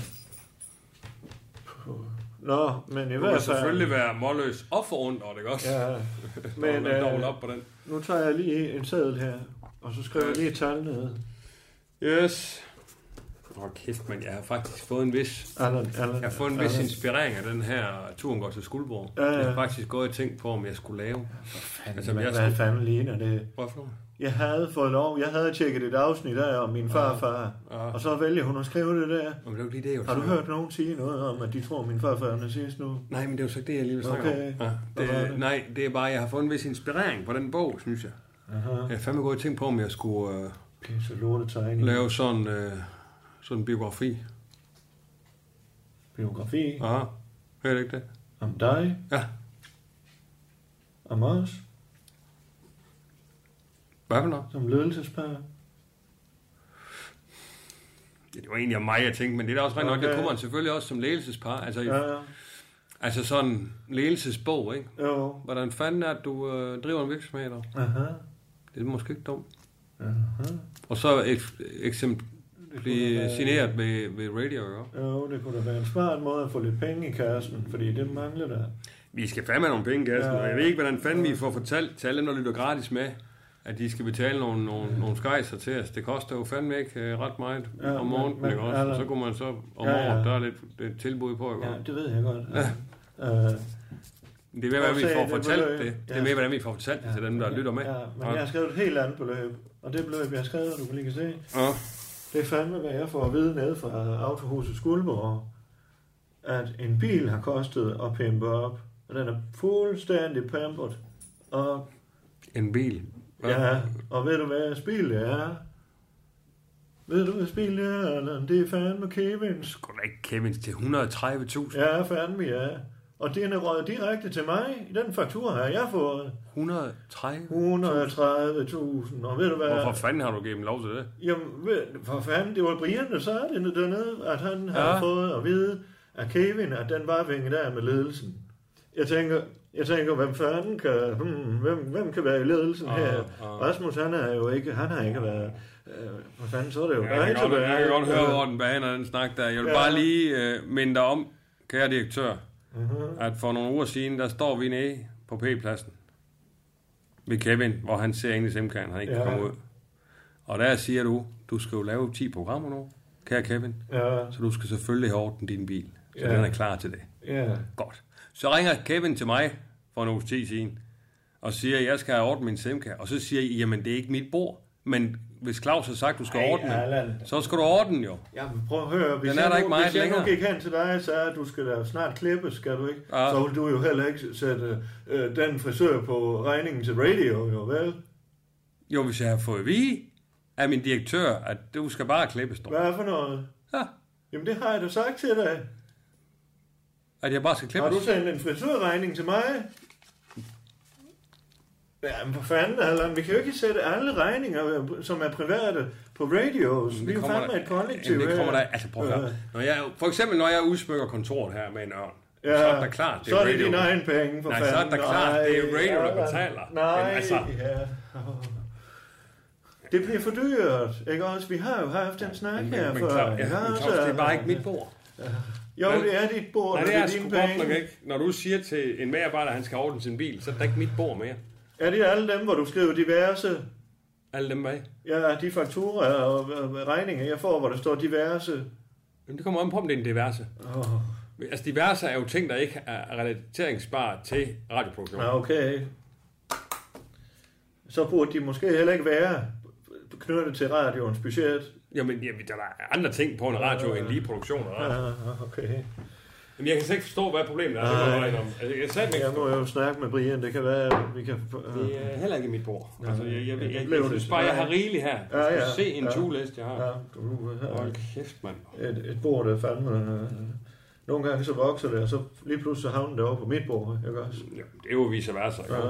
Nå, men i Du hvert kan fald... selvfølgelig være målløs og forundret, ikke også? Ja, Men, men øh, dobbelt øh, op på den. nu tager jeg lige en seddel her, og så skriver jeg lige et tal ned. Yes. Åh, oh, kæft, men jeg har faktisk fået en vis... Allan, Allan, Jeg har fået en vis Allan. inspirering af den her turen går til Skuldborg. Ja, ja. Jeg har faktisk gået og tænkt på, om jeg skulle lave... Fanden, Altså, hvad, jeg hvad skulle- fanden ligner det? Hvorfor? Jeg havde fået lov, jeg havde tjekket et afsnit der om min farfar, Ja. og så vælger hun at skrive det der. Men det er jo ikke lige det, jeg Har du snakker om. hørt nogen sige noget om, at de tror, at min farfar er nazist nu? Nej, men det er jo så ikke det, jeg lige vil snakke Okay. om. Ja, Hvad var det, det? nej, det er bare, jeg har fået en vis inspirering på den bog, synes jeg. Aha. Jeg har fandme gået og tænkt på, om jeg skulle øh, Pisse lortetegning. lave sådan, øh, sådan en biografi. Biografi. Aha. Hører du ikke det? Om dig. Ja. Om os. Hvad for noget? Som ledelsespar. Ja, det var egentlig om mig, jeg tænkte, men det er da også rent nok, Okay. det kunne man selvfølgelig også som ledelsespar. Altså, Ja, ja. altså sådan ledelsesbog, ikke? Jo. Hvordan fanden er det, du øh, driver en virksomhed der? Aha. Det er måske ikke dumt. Aha. Og så et eksempel Det blive kunne da være- signeret ved, ved radio, jo. Jo, det kunne da være en smart måde at få lidt penge i kassen, fordi det mangler der. Vi skal fandme have nogle penge, Gassen, Ja. og jeg ved ikke, hvordan fanden vi får fortalt til alle dem, der lytter gratis med, at de skal betale nogle, nogle, nogle skejser til os. Det koster jo fandme ikke øh, ret meget Ja, om men- måneden, men- ikke også? eller- Og så kunne man så om Ja, ja. året, der er lidt, lidt tilbud på, ikke Ja, også? det ved jeg godt. Ja. Øh, Det er med, hvordan vi Også får det fortalt beløb. det. Det Ja. er med, hvordan vi får fortalt det til dem, der lytter med. Ja, men jeg har skrevet et helt andet beløb, og det beløb, jeg har skrevet, du kan lige kan se, Ja. det er fandme, hvad jeg får at vide nede fra Autohuset Skuldborg, at en bil har kostet at pimpe op og den er fuldstændig pampret. Og en bil. ja, og ved du hvad spil det er? Ved du hvad spil det er, Allan? Det er fandme Kevins. Sgu da ikke Kevins til et hundrede og tredive tusind. Ja, fandme ja. Og den er røget direkte til mig. I den faktura har jeg fået. et hundrede og tredive hundrede og tredive tusind. Og ved du hvad? Hvorfor fanden har du givet dem lov til det? Jamen, ved, for fanden, det var Brian, der sagde det dernede, at han havde ja. fået at vide af Kevin, at den var vinget af med ledelsen. Jeg tænker, jeg tænker, hvem fanden kan, hmm, hvem, hvem kan være i ledelsen uh, her? Uh. Rasmus, han er jo ikke, han har ikke været, øh, hvad fanden, så er det jo jeg, kan godt, jeg kan godt høre, hvor den baner, den snak der. Jeg vil ja. bare lige øh, minde dig om, kære direktør, uh-huh. at for nogle uger siden, der står vi nede på P-pladsen ved Kevin, hvor han ser ind i simkanen, han ikke ja. kan komme ud. Og der siger du, du skal jo lave ti programmer nu, kære Kevin, ja. så du skal selvfølgelig have orden din bil, så ja. den er klar til det. Ja. Godt. Så ringer Kevin til mig for en uges tid siden, og siger, at jeg skal have ordnet min simka. Og så siger jeg, jamen det er ikke mit bord. Men hvis Claus har sagt, at du skal Ej, ordne, Allan. så skal du ordne jo. Jamen prøv at høre, hvis, den er jeg, der ikke nu, hvis jeg nu gik hen til dig og sagde, at du skal da snart klippe, skal du ikke? Ja. Så vil du jo heller ikke sætte øh, den frisør på regningen til radio, jo vel? Jo, hvis jeg har fået at vide af min direktør, at du skal bare klippes. Hvad er for noget? Ja. Jamen det har jeg da sagt til dig. At jeg bare skal klippes? Har du sendt en frisørregning til mig? Jamen for fanden, Allan, vi kan jo ikke sætte alle regninger, som er private, på radios. Vi er jo fandme et kollektiv. Det kommer der, altså prøv at høre. Når jeg, for eksempel, når jeg udsmykker kontoret her med en ørn, ja, så er det klart, det er så er det radio. dine egne penge, for Nej, fanden. så er det klart, det er radio, der betaler. Nej, men, altså, ja. Det bliver for dyrt, ikke også? Vi har jo haft en snak men, her men, før. Klar, ja, men Claus, det er bare ikke mit bord. Ja. Jo, men, det er dit bord, nej, det er, er dine penge. penge. Ikke. Når du siger til en medarbejder, at han skal ordne sin bil, så er det ikke mit bord mere. Er det alle dem, hvor du skriver diverse? Alle dem hvad? Ja, de fakturer og regninger, jeg får, hvor der står diverse. Jamen, det kommer an på, om det er en diverse. Oh. Altså, diverse er jo ting, der ikke er relateringsbare til radioproduktion. Ja, okay. Så burde de måske heller ikke være knyttet til radioens budget. Jamen, jamen der er andre ting på en radio uh, end lige produktion af radio. Ja, okay. Jamen, jeg kan slet ikke forstå, hvad problemet er. Det, altså, jeg, jeg, jeg må jo snakke med Brian. Det kan være, at vi kan... Uh, det er heller ikke mit bord. Ja, altså, jeg, jeg, jeg, jeg, jeg, jeg synes det. bare, jeg har rigeligt her. Du ja, skal ja, se en ja, to-liste, jeg har. Ja, du har... Hold kæft, mand. Et, et bord, der fandme... Uh, nogle gange så vokser det, og så lige pludselig så havner det over på mit bord. Ikke også? Ja, det er jo vice versa. Ja.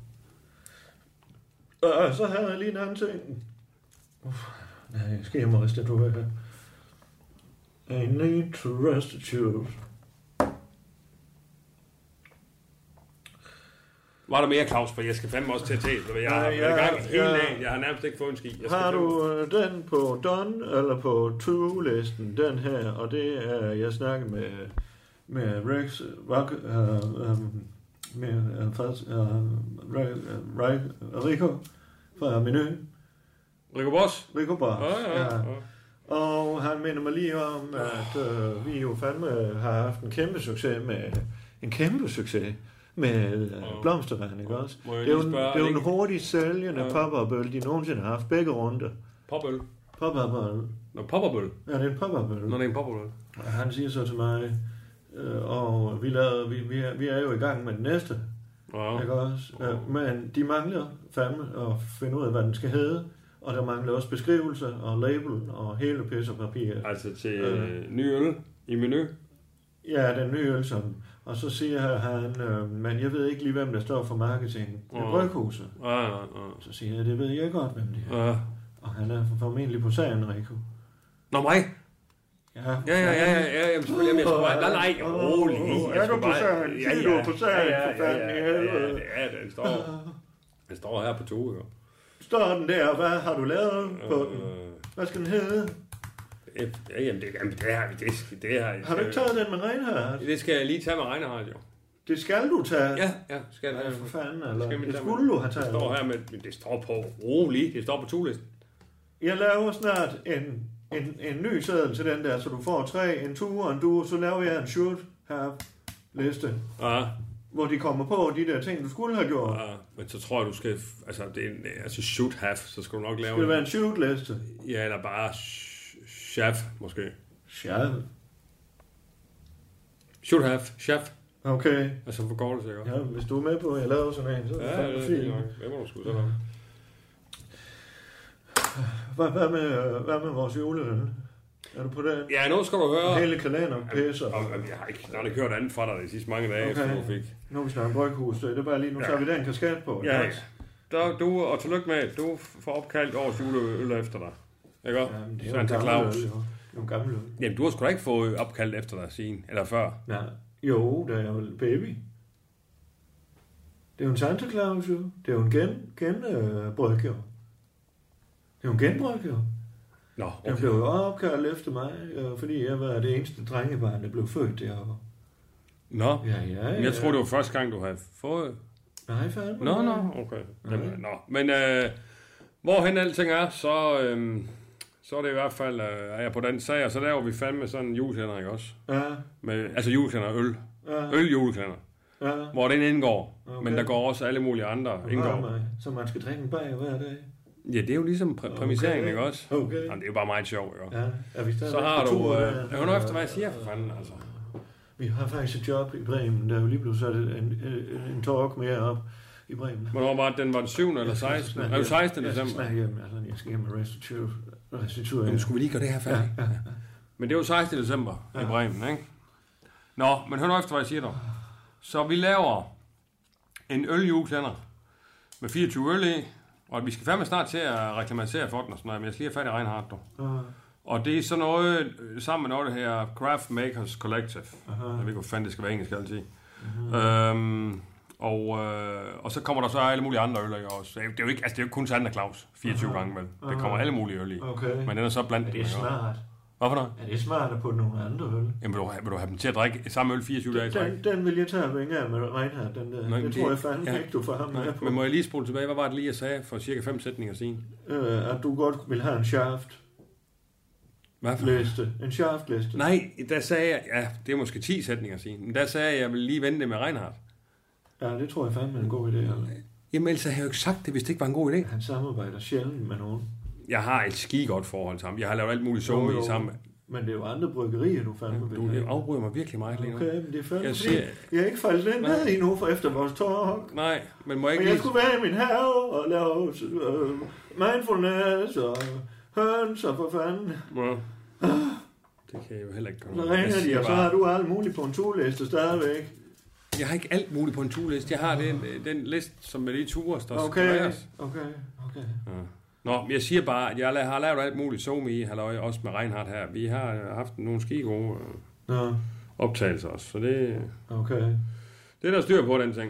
Og, og så havde jeg lige en anden ting. Uff, nej, jeg skal hjem og restituere her. I need to restitute. Var der mere, Claus, for jeg skal fandme også til at tale. Jeg har været i gang hele dagen. Jeg har nærmest ikke fået en ski. Har du uh, den på Done eller på To-listen, den her, og det er, jeg snakker med, med Rex, Rock, uh, um, med uh, først, uh, Rico fra Menu. Rico Boss? Rico Boss, ja, ja, ja. ja. Og han minder mig lige om, at uh, vi jo fandme har haft en kæmpe succes med, en kæmpe succes med uh, blomstervand, ikke også? Det er jo, det er jo en hurtigt sælgende ja. popperbøl, de nogensinde har haft begge runder. Popøl? Popperbøl. Nå, popperbøl? Ja, det er en popperbøl. Nå, det er en popperbøl. Og han siger så til mig, øh, og vi, lavede, vi, vi, er, vi er jo i gang med den næste, ja. Ikke også? Ja. Øh, men de mangler fandme at finde ud af, hvad den skal hedde, og der mangler også beskrivelse og label og hele pisse og papir. Altså til øh, ny øl i Menu? Ja, den nye øl, som... Og så siger han, øh, men jeg ved ikke lige, hvem der står for marketing. Det er Bryghuset. Ja, ja, ja. Så siger jeg, det ved jeg godt, hvem det er. Ja. Og han er formentlig på sagen, Rico. Nå, mig? Ja, ja, ja, ja, ja, ja, jamen, selvfølgelig, jamen, jeg skulle bare, nej, nej, rolig. Er du på sagen? Ja, ja, du er på sagen, ja, for fanden i helvede. Ja, den står, den står her på to, jo. Står den der, hvad har du lavet på den? Hvad skal den hedde? Ja, jamen, det, jamen, det her, det, det her... Har du ikke taget den med Reinhardt? Det skal jeg lige tage med Reinhardt, jo. Det skal du tage? Ja, ja, skal jeg tage. For fanden, eller? Skal det skulle du have taget. Det står her med, men det står på rolig, det står på to-listen. Jeg laver snart en, en, en ny seddel til den der, så du får tre, en tur og en duo, så laver jeg en shoot her liste. Ja. Hvor de kommer på de der ting, du skulle have gjort. Ja, men så tror jeg, du skal, altså, det er en, altså shoot have, så skal du nok lave... Skal det være en shoot-liste? Ja, eller bare chef, måske. Chef? Should have, chef. Okay. Altså forkortelse, ikke? Ja, hvis du er med på, at jeg laver sådan en, så er det Ja, fandme det er fint. fint nok. Det må du sgu sådan. Hvad, hvad, med, hvad med vores juleøl? Er du på den? Ja, nu skal du høre. Hele kalender pisser. Og, og, jeg har ikke, jeg har ikke hørt andet fra dig de sidste mange dage, okay. Efter du fik. Nu er vi snart en bryghus, det er bare lige, nu tager ja. vi den kasket på. Ja, der, du, og tillykke med, du får opkaldt årets juleøl efter dig. Ikke også? Jamen, det er Santa jo Claus. Øl, jo. Det er jo gammel øl. Jamen, du har sgu da ikke fået opkaldt efter dig siden, eller før. Ja. Jo, det er jo baby. Det er jo en Santa Claus, jo. Det er jo en gen, gen øh, bryg, jo. Det er jo en genbryg, jo. Nå, okay. Den blev jo opkaldt efter mig, øh, fordi jeg var det eneste drengebarn, der blev født derovre. Nå, ja, ja, ja. Jeg tror det var første gang, du havde fået... Nej, fandme. Nå, nå, okay. Nej. Nå. Men øh, hvorhen alting er, så, øh, så er det i hvert fald, øh, er jeg på den sag, og så laver vi fandme sådan en juleklænder, ikke også? Ja. Med, altså juleklænder og øl. Ja. Øl-juleklænder. Ja. Hvor den indgår. Okay. Men der går også alle mulige andre indgår. Så man skal drikke en bager hver dag? Ja, det er jo ligesom præ- præmiseringen, okay. ikke også? Okay. Jamen, det er jo bare meget sjovt, ikke? Ja. Er vi så har du... Øh, jeg hører efter, hvad jeg siger, for fanden, altså. Vi har faktisk et job i Bremen, der er jo lige blevet sat en, en, en talk mere op i Bremen. Hvornår var det? Den var den syvende eller sekstende? Er det sekstende december? Jeg skal snakke hjem, altså jeg skal hjem med restitution. restitution. Jamen, skulle vi lige gøre det her færdigt? Ja, ja. Men det er jo sekstende december ja. i Bremen, ikke? Nå, men hør nu efter, hvad jeg siger dog. Så vi laver en øljuleklænder med fireogtyve øl i, og vi skal fandme snart til at reklamatisere for den og sådan noget, men jeg skal lige have fat i Reinhardt, dog. Ja. Og det er sådan noget, sammen med noget, det her Craft Makers Collective. Aha. Jeg ved ikke, hvor fanden det skal være engelsk altid. Uh-huh. Øhm, og, øh, og så kommer der så alle mulige andre øl i også. Det er jo ikke, altså det er jo kun Santa Claus, fireogtyve uh-huh. gange vel. Det kommer alle mulige øl i. Okay. Men den er så blandt det. Er det smart? Hvorfor noget? Er det smart at putte nogle andre øl? Jamen vil du, vil du have dem til at drikke samme øl fireogtyve dage i træk? Den, den vil jeg tage vænge af med Reinhardt, den der. Nå, det, det tror jeg fandme ja. ikke, du får ham med på. Men må jeg lige spole tilbage? Hvad var det lige, jeg sagde for cirka fem sætninger siden? Øh, at du godt vil have en shaft. Hvad for? Liste. En shaft-liste. Nej, der sagde jeg, ja, det er måske ti sætninger siden, men der sagde jeg, at jeg ville lige vente med Reinhardt. Ja, det tror jeg fandme er en god idé. Eller? Jamen ellers havde jeg jo ikke sagt det, hvis det ikke var en god idé. Han samarbejder sjældent med nogen. Jeg har et ski godt forhold til ham. Jeg har lavet alt muligt somi sammen. Men det er jo andre bryggerier, du fandme vil. Du det afbryder mig virkelig meget lige nu. Okay, men det er fandme jeg, siger, jeg er ikke faldet lidt ned endnu for efter vores talk. Nej, men må jeg ikke... Men jeg skulle være i min have og lave uh, mindfulness og høns og for fanden. Ja. Det kan jeg jo heller ikke gøre. Så ringer de, og så har du alt muligt på en to-liste stadigvæk. Jeg har ikke alt muligt på en to-liste. Jeg har den, den liste, som med de ture, der okay. skal Okay, okay. Ja. Nå, jeg siger bare, at jeg har lavet alt muligt somi i, halløj, også med Reinhardt her. Vi har haft nogle ski gode ja. optagelser også, så det, okay. det er der styr på, den ting.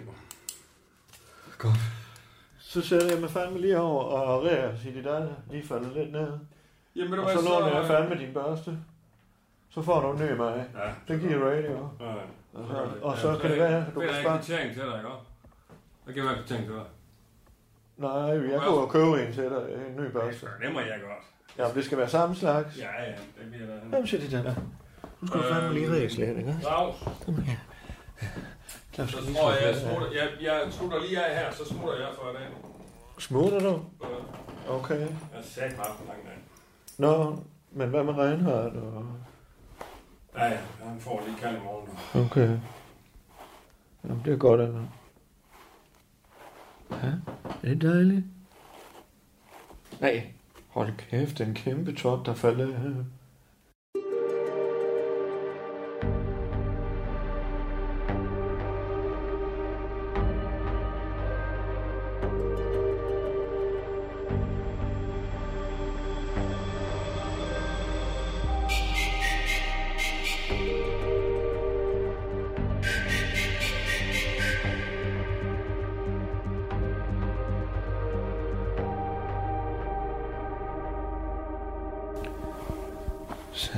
Godt. Så sætter jeg mig fandme lige over og rærer sig dit andet, lige faldet lidt ned. Jamen, og så låner jeg fandme din børste. Så får du en ny mig. Ja. Det giver radio. Ja, ja. Og så, og så ja, kan det være, at du kan spare. Det er en kvittering til dig, ikke? Hvad kan være en kvittering til dig? Nej, jeg går og køber en til dig, en ny børste. Det må jeg godt. Jamen, det skal være samme slags. Ja, ja, det bliver der. Hvem siger det der? Nu skal du fandme lige ræse lidt, ikke? Claus. Kom her. Så tror jeg, jeg smutter, jeg, jeg smutter lige af her, så smutter jeg for i dag. Smutter du? Okay. Jeg sagde bare for langt af. Nå, men hvad med Reinhardt? Og... Ja, ja, han får lige kald i morgen. Okay. Jamen, det er godt, altså. Ja, det er dejligt. Nej, hold kæft, en kæmpe top, der falder her. Så.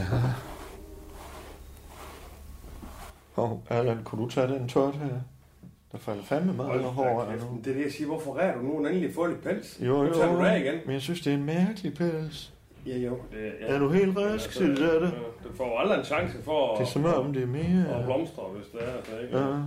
Hov, Allan, kunne du tage den tot her? Der falder fandme meget over hår af nu. Det er det, jeg siger. Hvorfor rærer du nu? Den endelig får lidt pels. Jo, jo. Så tager du det igen. Men jeg synes, det er en mærkelig pels. Ja, jo. Det, ja. Er du helt rask til det der? Det får aldrig en chance for at... Det er som om, det er mere... Og blomstre, hvis det er. Så ikke? Ja.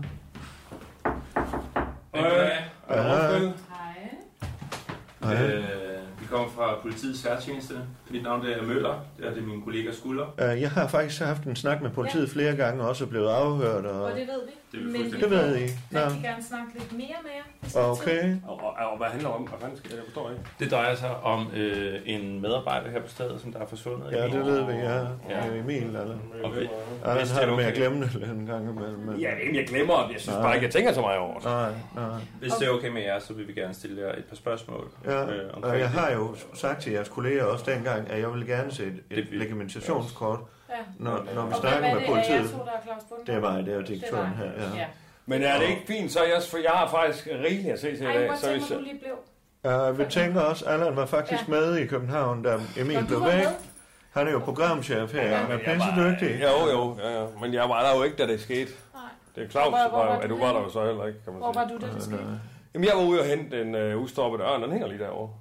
Hej. Hej. Hej. Øh, vi kommer fra politiets særtjeneste. Mit navn er Møller. Det er det min kollega Skulder. Jeg har faktisk haft en snak med politiet ja. flere gange, og også blevet afhørt. Og, og det ved vi. Det, Men vi det ved I. vil rigtig gerne snakke lidt mere med jer. hvis I har tid. Okay. Og, og, og hvad handler om? Hvad fanden skal jeg forstå ikke? Det drejer sig om øh, en medarbejder her på stedet, som der er forsvundet. Ja, det ved vi, ja. Ja. Emil, eller... Okay. Ja, han Hvis har det er det med at okay. glemme det en gang imellem. Men... Ja, jeg glemmer det. Jeg synes bare ikke, jeg tænker så meget over det. Nej, nej. Hvis det er okay med jer, så vil vi gerne stille jer et par spørgsmål. Ja, øh, og jeg har jo sagt til jeres kolleger også dengang, at jeg vil gerne se et, et legitimationskort, Ja. når, når vi Og snakker hvem er med det? politiet. Er jeg to, der er Claus Bundgaard? Det er mig, det er jo direktøren her. Ja. Ja. Men er det ikke fint, så jeg, for jeg har faktisk rigeligt at se til i Ej, dag. jeg Så tænker, hvis, du lige blev. Uh, vi tænker også, Allan var faktisk Ja. med i København, da Emil Nå, du blev var væk. med? Han er jo programchef her, Ja, han er men jeg pisse var- dygtig. Jo, jo, ja, ja. Men jeg var der jo ikke, da det skete. Nej. Det er Claus, Hvor- hvor var var, at du du var der henne? jo så heller ikke, kan man Hvor sige. var du, da det skete? Jamen, jeg var ude og hente en uh, udstoppet ørn, den hænger lige derovre.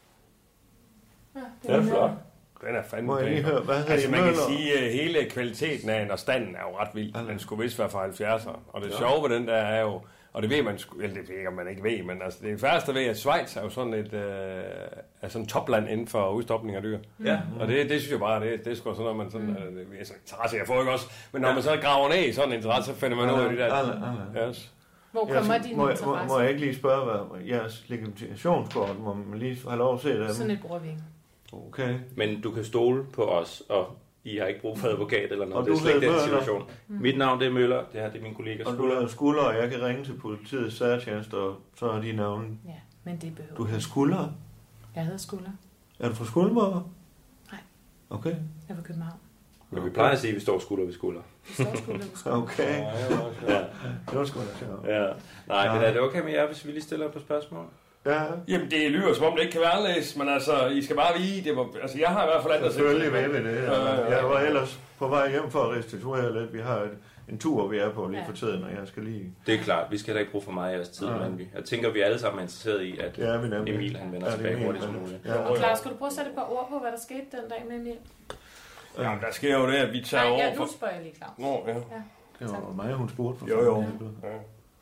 Ja, Den er flot. Den er fandme Må jeg lige pæn. høre, hvad hedder Altså, I, man kan Møller? sige, at hele kvaliteten af den og standen er jo ret vild. Den skulle vist være fra halvfjerdserne. Og det sjove ved den der er jo, og det ved man, sgu- eller det ved jeg, man ikke ved, men altså, det færreste ved, at Schweiz er jo sådan et øh, er sådan et topland inden for udstopning af dyr. Ja. Og det, det synes jeg bare, det, det er sgu sådan noget, man sådan, mm. øh, det er sådan interesse, jeg får ikke også, men når man så graver ned i sådan en interesse, så finder man ud af de der. Allan, Allan. Yes. Hvor kommer din må, jeg, interesse? må, må jeg ikke lige spørge, hvad jeres legitimationskort, må man lige have lov at se det? Sådan et bruger vi ikke. Okay. Men du kan stole på os, og I har ikke brug for advokat eller noget. Og Det er du slet ikke den hedder Møller. situation. Mm. Mit navn det er Møller, det her det er min kollega Og du Skulder. hedder Skulder, og jeg kan ringe til politiets særtjeneste, og så er de navne. Ja, men det behøver Du hedder Skulder? Jeg hedder Skulder. Er du fra Skuldborg? Nej. Okay. Jeg er fra København. Men vi plejer at sige, at vi står skulder ved skulder. Vi står skulder ved skulder. Okay. Ja. Det var sgu da sjovt. Ja. Nej, Ja. men er det okay med jer, hvis vi lige stiller et par spørgsmål? Ja. Jamen, det lyder som om, det ikke kan være anderledes, men altså, I skal bare vide, det var, altså, jeg har i hvert fald andet at se til. Selvfølgelig vil vi det. Ja, ja, ja. Jeg var ellers på vej hjem for at restituere lidt. Vi har et, en tur, vi er på lige Ja. for tiden, og jeg skal lige... Det er klart, vi skal heller ikke bruge for meget af jeres tid, Ja. men vi, jeg tænker, vi alle sammen er interesseret i, at Ja, vi nemlig. Emil han vender Ja, det er tilbage Emil, hurtigt som men- muligt. Ja. Og Claus, skal du prøve at sætte et par ord på, hvad der skete den dag med Emil? Jamen, der sker jo det, at vi tager Nej, over ja, for... nu spørger jeg lige, Claus. Nå, ja. Det var mig, hun spurgte for. Jo, jo. fanden. Ja.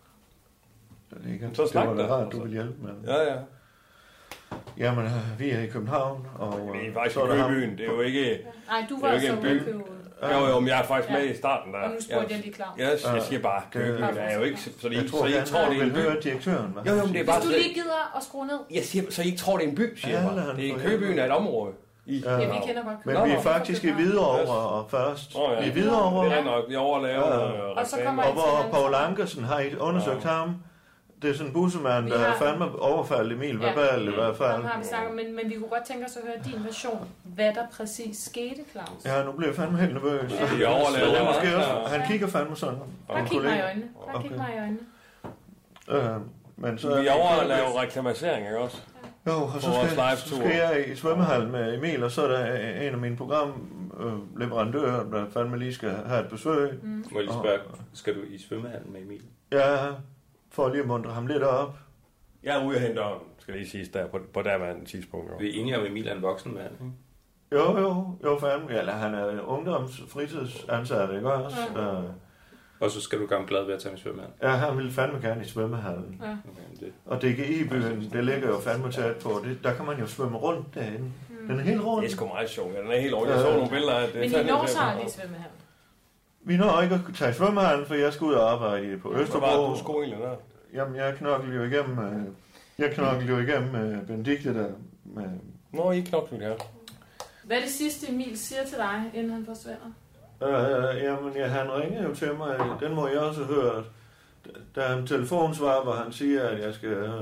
Det, ikke? Så det snak var da da. rart, du ville hjælpe med. Ja, ja. Jamen, øh, vi er i København, og... Vi er faktisk så i der ham- Købyen. Det er jo ikke... Nej, du Det er var jo ikke så en med by. købe. Jo, jo, men jeg er faktisk Ja. med i starten der. Og nu spurgte jeg lige Claus. Jeg, jeg siger bare, Købyen er jo ikke... Så I, Jeg tror, så I han tror, det er en vil høre by. direktøren. hvad Jo, jo, han men det er siger. bare... Hvis du lige gider at skrue ned. Jeg siger, så I ikke tror, det er en by, siger jeg Ja, bare. han Det er får Købyen helvede. er et område. I Ja. Ja, vi kender godt Men København. vi er faktisk i Hvidovre og først. Åh, ja. Vi er i Hvidovre, Det er nok, vi overlaver Ja. noget Og så reklame. kommer og I hvor til Paul Hansen. Ankersen har I undersøgt ham. Det er sådan en bussemand, Vi der har- fandme overfaldt Emil verbalt i hvert fald. Ham har vi snakket om, men, men vi kunne godt tænke os at høre din version. Hvad der præcis skete, Claus. Ja, nu bliver jeg fandme helt nervøs. Ja, vi overlader Men jeg det måske meget. også, han kigger fandme sådan. Bare kig mig i øjnene. Bare kig Okay. mig i øjnene. Øh, men så Vi overlaver reklamering, ikke også? Jo, og så på vores skal, live-tour. så skal jeg i svømmehallen med Emil, og så er der en af mine programleverandører, der fandme lige skal have et besøg. Mm. Må jeg lige spørge, skal du i svømmehallen med Emil? Ja, for lige at muntre ham lidt op. Jeg er ude og hente ånden, skal lige siges der, på, på derværende tidspunkt. Jo. Vi er enige om, at Emil er en voksen mand, ikke? Jo, jo, jo fandme. Eller han er ungdomsfritidsansat, ikke også? Ja. Øh, Og så skal du gerne glad ved at tage med svømmehallen. ja, han ville fandme gerne i svømmehallen. Ja. Okay, det. Og D G I-byen, det ligger jo fandme tæt på. Det, der kan man jo svømme rundt derinde. Mm. Den er helt rundt. Det er sgu meget sjovt. Ja, den er helt rundt. Jeg så nogle billeder af det. Men I når så aldrig i svømmehallen. Vi når ikke at tage i svømmehallen, for jeg skal ud og arbejde på Østerbro. Hvad var det, du skulle egentlig der? Jamen, jeg knoklede jo igennem, øh, jeg knoklede jo igennem øh, Benedikte der. Med, Nå, I knoklede her. Hvad er det sidste, Emil siger til dig, inden han forsvinder? øh, jamen, ja, han ringede jo til mig. Den må jeg også have hørt. Der er en telefonsvar, hvor han siger, at jeg skal, øh,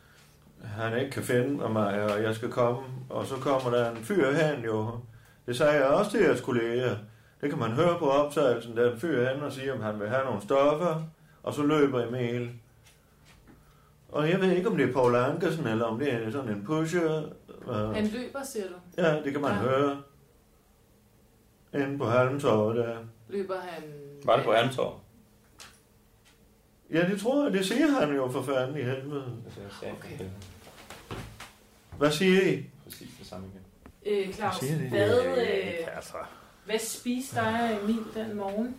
han ikke kan finde mig, og jeg skal komme. Og så kommer der en fyr hen jo. Det sagde jeg også til jeres kolleger. Det kan man høre på optagelsen. Der er en fyr hen og siger, om han vil have nogle stoffer. Og så løber Emil. Og jeg ved ikke, om det er Paul Ankersen, eller om det er sådan en pusher. Han løber, siger du? Ja, det kan man ja. høre. Inde på Halmtorvet der. Løber han... Var det på Halmtorvet? Ja, det tror jeg. Det siger han jo for fanden i helvede. Okay. Hvad siger I? Præcis det samme igen. Øh, Claus, Siger det? hvad, øh, Altså. hvad spiste dig og Emil den morgen?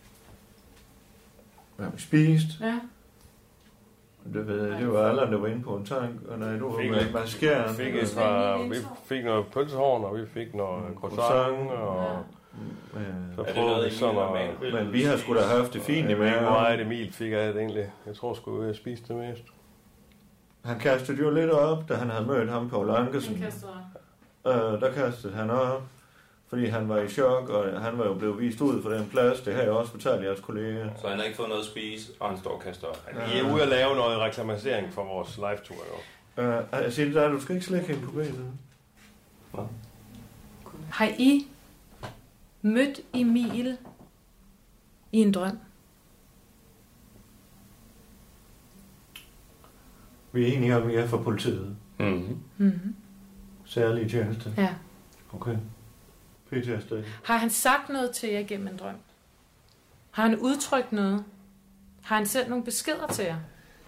Hvad har vi spist? Ja. Det ved jeg. Det var Allan, der var inde på en tank. Og nej, du var Fik med et- maskeren. Fik et par, vi fik noget pølsehorn, og vi fik noget croissant, og Men, så er det noget, så normalt? Men vi har sgu da haft det fint i maven. Hvor meget Emil fik af det egentlig? Jeg tror sgu, jeg spiste det mest. Han kastede jo lidt op, da han havde mødt ham på Lankesen. Han kastede øh, Der kastede han op, fordi han var i chok, og han var jo blevet vist ud for den plads. Det har jeg også fortalt jeres kolleger. Så han har ikke fået noget at spise, og han står og kaster op. Ja. I er ude at lave noget reklamatisering for vores live-tour, jo. Øh, jeg siger det der, du skal ikke slække hende på benet. Hvad? Har I mødt Emil i en drøm? Vi er enige om, at vi er fra politiet. Mm-hmm. Mm-hmm. Særlige tjeneste. Ja. Okay. P T S D. Har han sagt noget til jer gennem en drøm? Har han udtrykt noget? Har han sendt nogle beskeder til jer?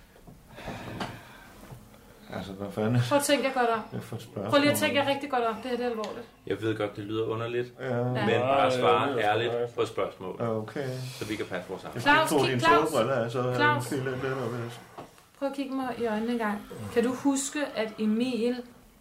Altså, hvad fanden? Prøv at tænke jer godt om. Jeg får et spørgsmål. Prøv lige at tænke jer rigtig godt om. Det her det er alvorligt. Jeg ved godt, det lyder underligt, ja. men bare svare ja, ærligt på spørgsmål. Okay. Så vi kan passe vores sammen. Claus, kig, Claus. Claus. Prøv at kigge mig i øjnene en gang. Kan du huske, at Emil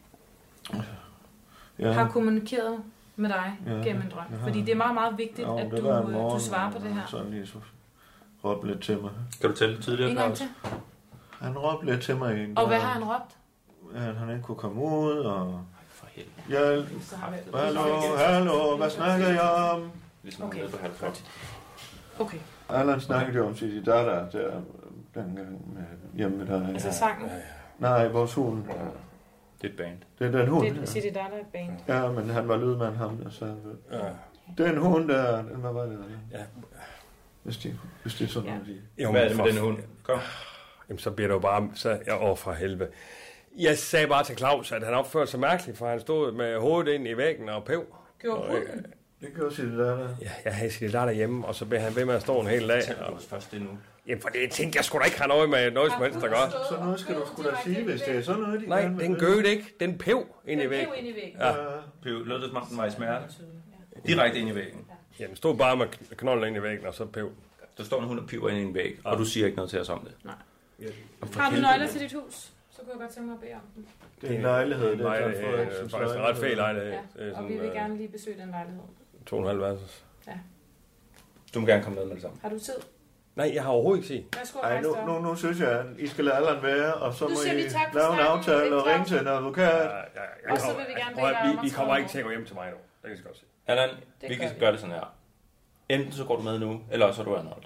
ja. har kommunikeret med dig ja. gennem en drøm? Fordi det er meget, meget vigtigt, jo, at du, morgen, du svarer på det her. Sådan lige så råbte lidt til mig. Kan du tælle tidligere, Claus? Han råbte lidt til mig. En og hvad har han råbt? At han ikke kunne komme ud, og... For helvede. Hjælp. Hallo, hallo, hvad snakker jeg om? Ligesom okay. På Godt. Okay. Allan snakkede jo om sit datter der, dengang med hjemme med dig. Altså sangen? Nej, vores hund. Det er et band. Det er den hund. Det er sit datter et band. Ja, men han var lydmand, ham der sagde. Ja. Den hund der, den, hvad var det der? Ja. Hvis det, hvis det er sådan noget, ja. de... Hvad er det med den hund? Kom. Jamen, så bliver det jo bare... Så, ja, åh, for helvede. Jeg sagde bare til Claus, at han opførte sig mærkeligt, for han stod med hovedet ind i væggen og pev. Gjorde hunden? Det gjorde sit der. Ja, jeg havde sit der derhjemme, og så blev han ved med at stå en hel dag. Fortæl os først det nu. Jamen, for det tænkte jeg skulle da ikke have noget med noget som helst, der gør. Så noget skal du sgu da sige, hvis det er sådan noget, de Nej, den gød ikke. Den pev ind i væggen. Den pev ind i væggen. Ja. Pev, lød det som om den var i smerte? Direkte ind i væggen? Ja, den stod bare med knolden ind i væggen, og så pev. Der står en hund og piver ind i en væg, og du siger ikke noget til os om det? Nej. Har du nøgler til dit hus? Så kunne jeg godt tænke mig at bede om den. Det er en lejlighed, det er faktisk en ret fed lejlighed. Ja, og vi vil gerne lige besøge den lejlighed. To og en halv værelses. Ja. Du må gerne komme med med det samme. Har du tid? Nej, jeg har overhovedet ikke tid. Ej, nu, nu, nu synes jeg, at I skal lade Allan være, og så må I lave en aftale og ringe til en advokat. Ja, ja, ja. Og så vil vi gerne bede dig om Vi kommer ikke til at gå hjem til mig nu. Det kan jeg godt se. Allan, vi kan gøre det sådan her. Enten så går du med nu, eller så er du anholdt.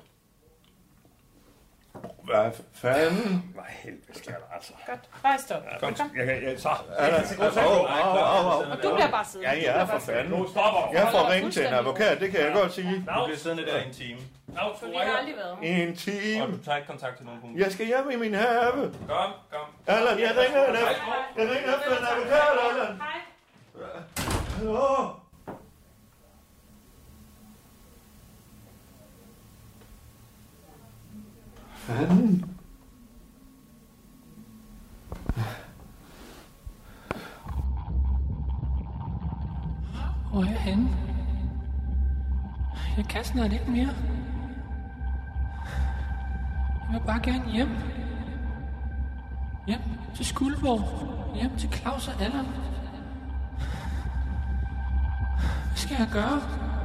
Hvad fanden? Hvad helvede skal der altså? Godt. Rejs dig op. Kom. Jeg kan, jeg, så. Og du bliver bare siddende. Ja, ja, for fanden. Jeg får ringe til en advokat, det kan jeg godt sige. Du bliver siddende der i en time. For vi har aldrig været med. En time. Og du tager ikke kontakt til nogen på. Jeg skal hjem i min have. Kom, kom. Allan, jeg ringer efter. Jeg ringer efter en advokat, Allan. Hej. Hallo? Fanden? Hvor er jeg henne? Jeg kan snart ikke mere. Jeg vil bare gerne hjem. Hjem til Skuldborg. Hjem til Claus og Allan. Hvad skal jeg gøre?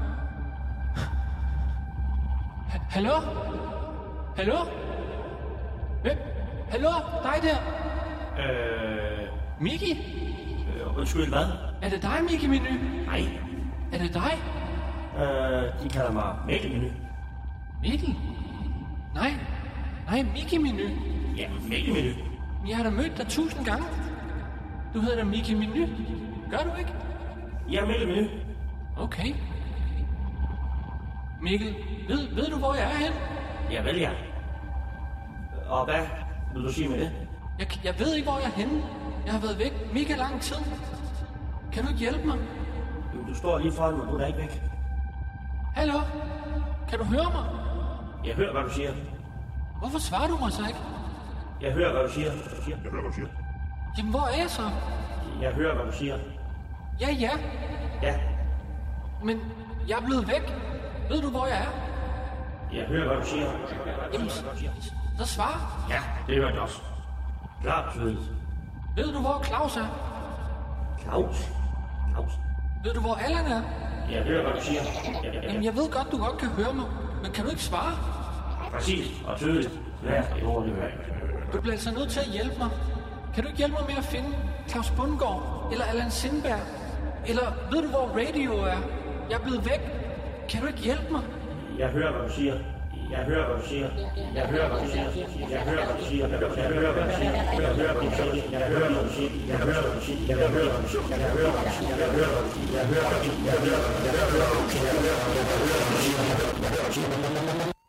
Ha- Hallo? Hallo? Hvem? Hallo? Dig der? Øh... Miki? Øh, undskyld, hvad? Er det dig, Miki Menu? Nej. Er det dig? Øh, de kalder mig Mikkel Menu. Mikkel? Nej. Nej, Miki Menu. Ja, Mikkel Menu. Jeg har da mødt dig tusind gange. Du hedder da Miki Menu. Gør du ikke? Ja, Mikkel Menu. Okay. Mikkel, ved, ved du, hvor jeg er henne? Ja, vel ja. Og hvad vil du sige med det? Jeg, jeg ved ikke, hvor jeg er henne. Jeg har været væk mega lang tid. Kan du ikke hjælpe mig? Du, du står lige foran mig, du er da ikke væk. Hallo? Kan du høre mig? Jeg hører, hvad du siger. Hvorfor svarer du mig så ikke? Jeg hører, hvad du siger. Jeg hører, hvad du siger. Jamen, hvor er jeg så? Jeg hører, hvad du siger. Ja, ja. Ja. Men jeg er blevet væk. Ved du, hvor jeg er? Jeg hører, hvad du siger. Jamen, så svar. Ja, det hører jeg også. Klart tydeligt. Ved du, hvor Claus er? Claus? Claus? Ved du, hvor Allan er? Jeg hører, hvad du siger. Jeg, jeg, Jamen, jeg ved godt, du godt kan høre mig, men kan du ikke svare? Præcis og tydeligt. Lad et ord, det hører. Du bliver altså nødt til at hjælpe mig. Kan du ikke hjælpe mig med at finde Claus Bundgaard eller Allan Sindberg? Eller ved du, hvor radio er? Jeg er blevet væk. Kan du ikke hjælpe mig? Jeg hører, hvad du siger. Jeg hører, hvad du siger. Jeg hører, hvad du siger. Jeg hører, hvad du siger. Jeg hører, hvad du siger. Jeg hører, hvad du siger. Jeg hører, hvad du siger. Jeg hører, hvad du siger. Jeg hører, hvad du siger. Jeg hører, hvad du siger. Jeg hører, hvad du siger. Jeg hører, hvad du siger. Jeg hører, hvad du siger. Jeg hører, hvad du siger. Jeg hører, hvad du siger.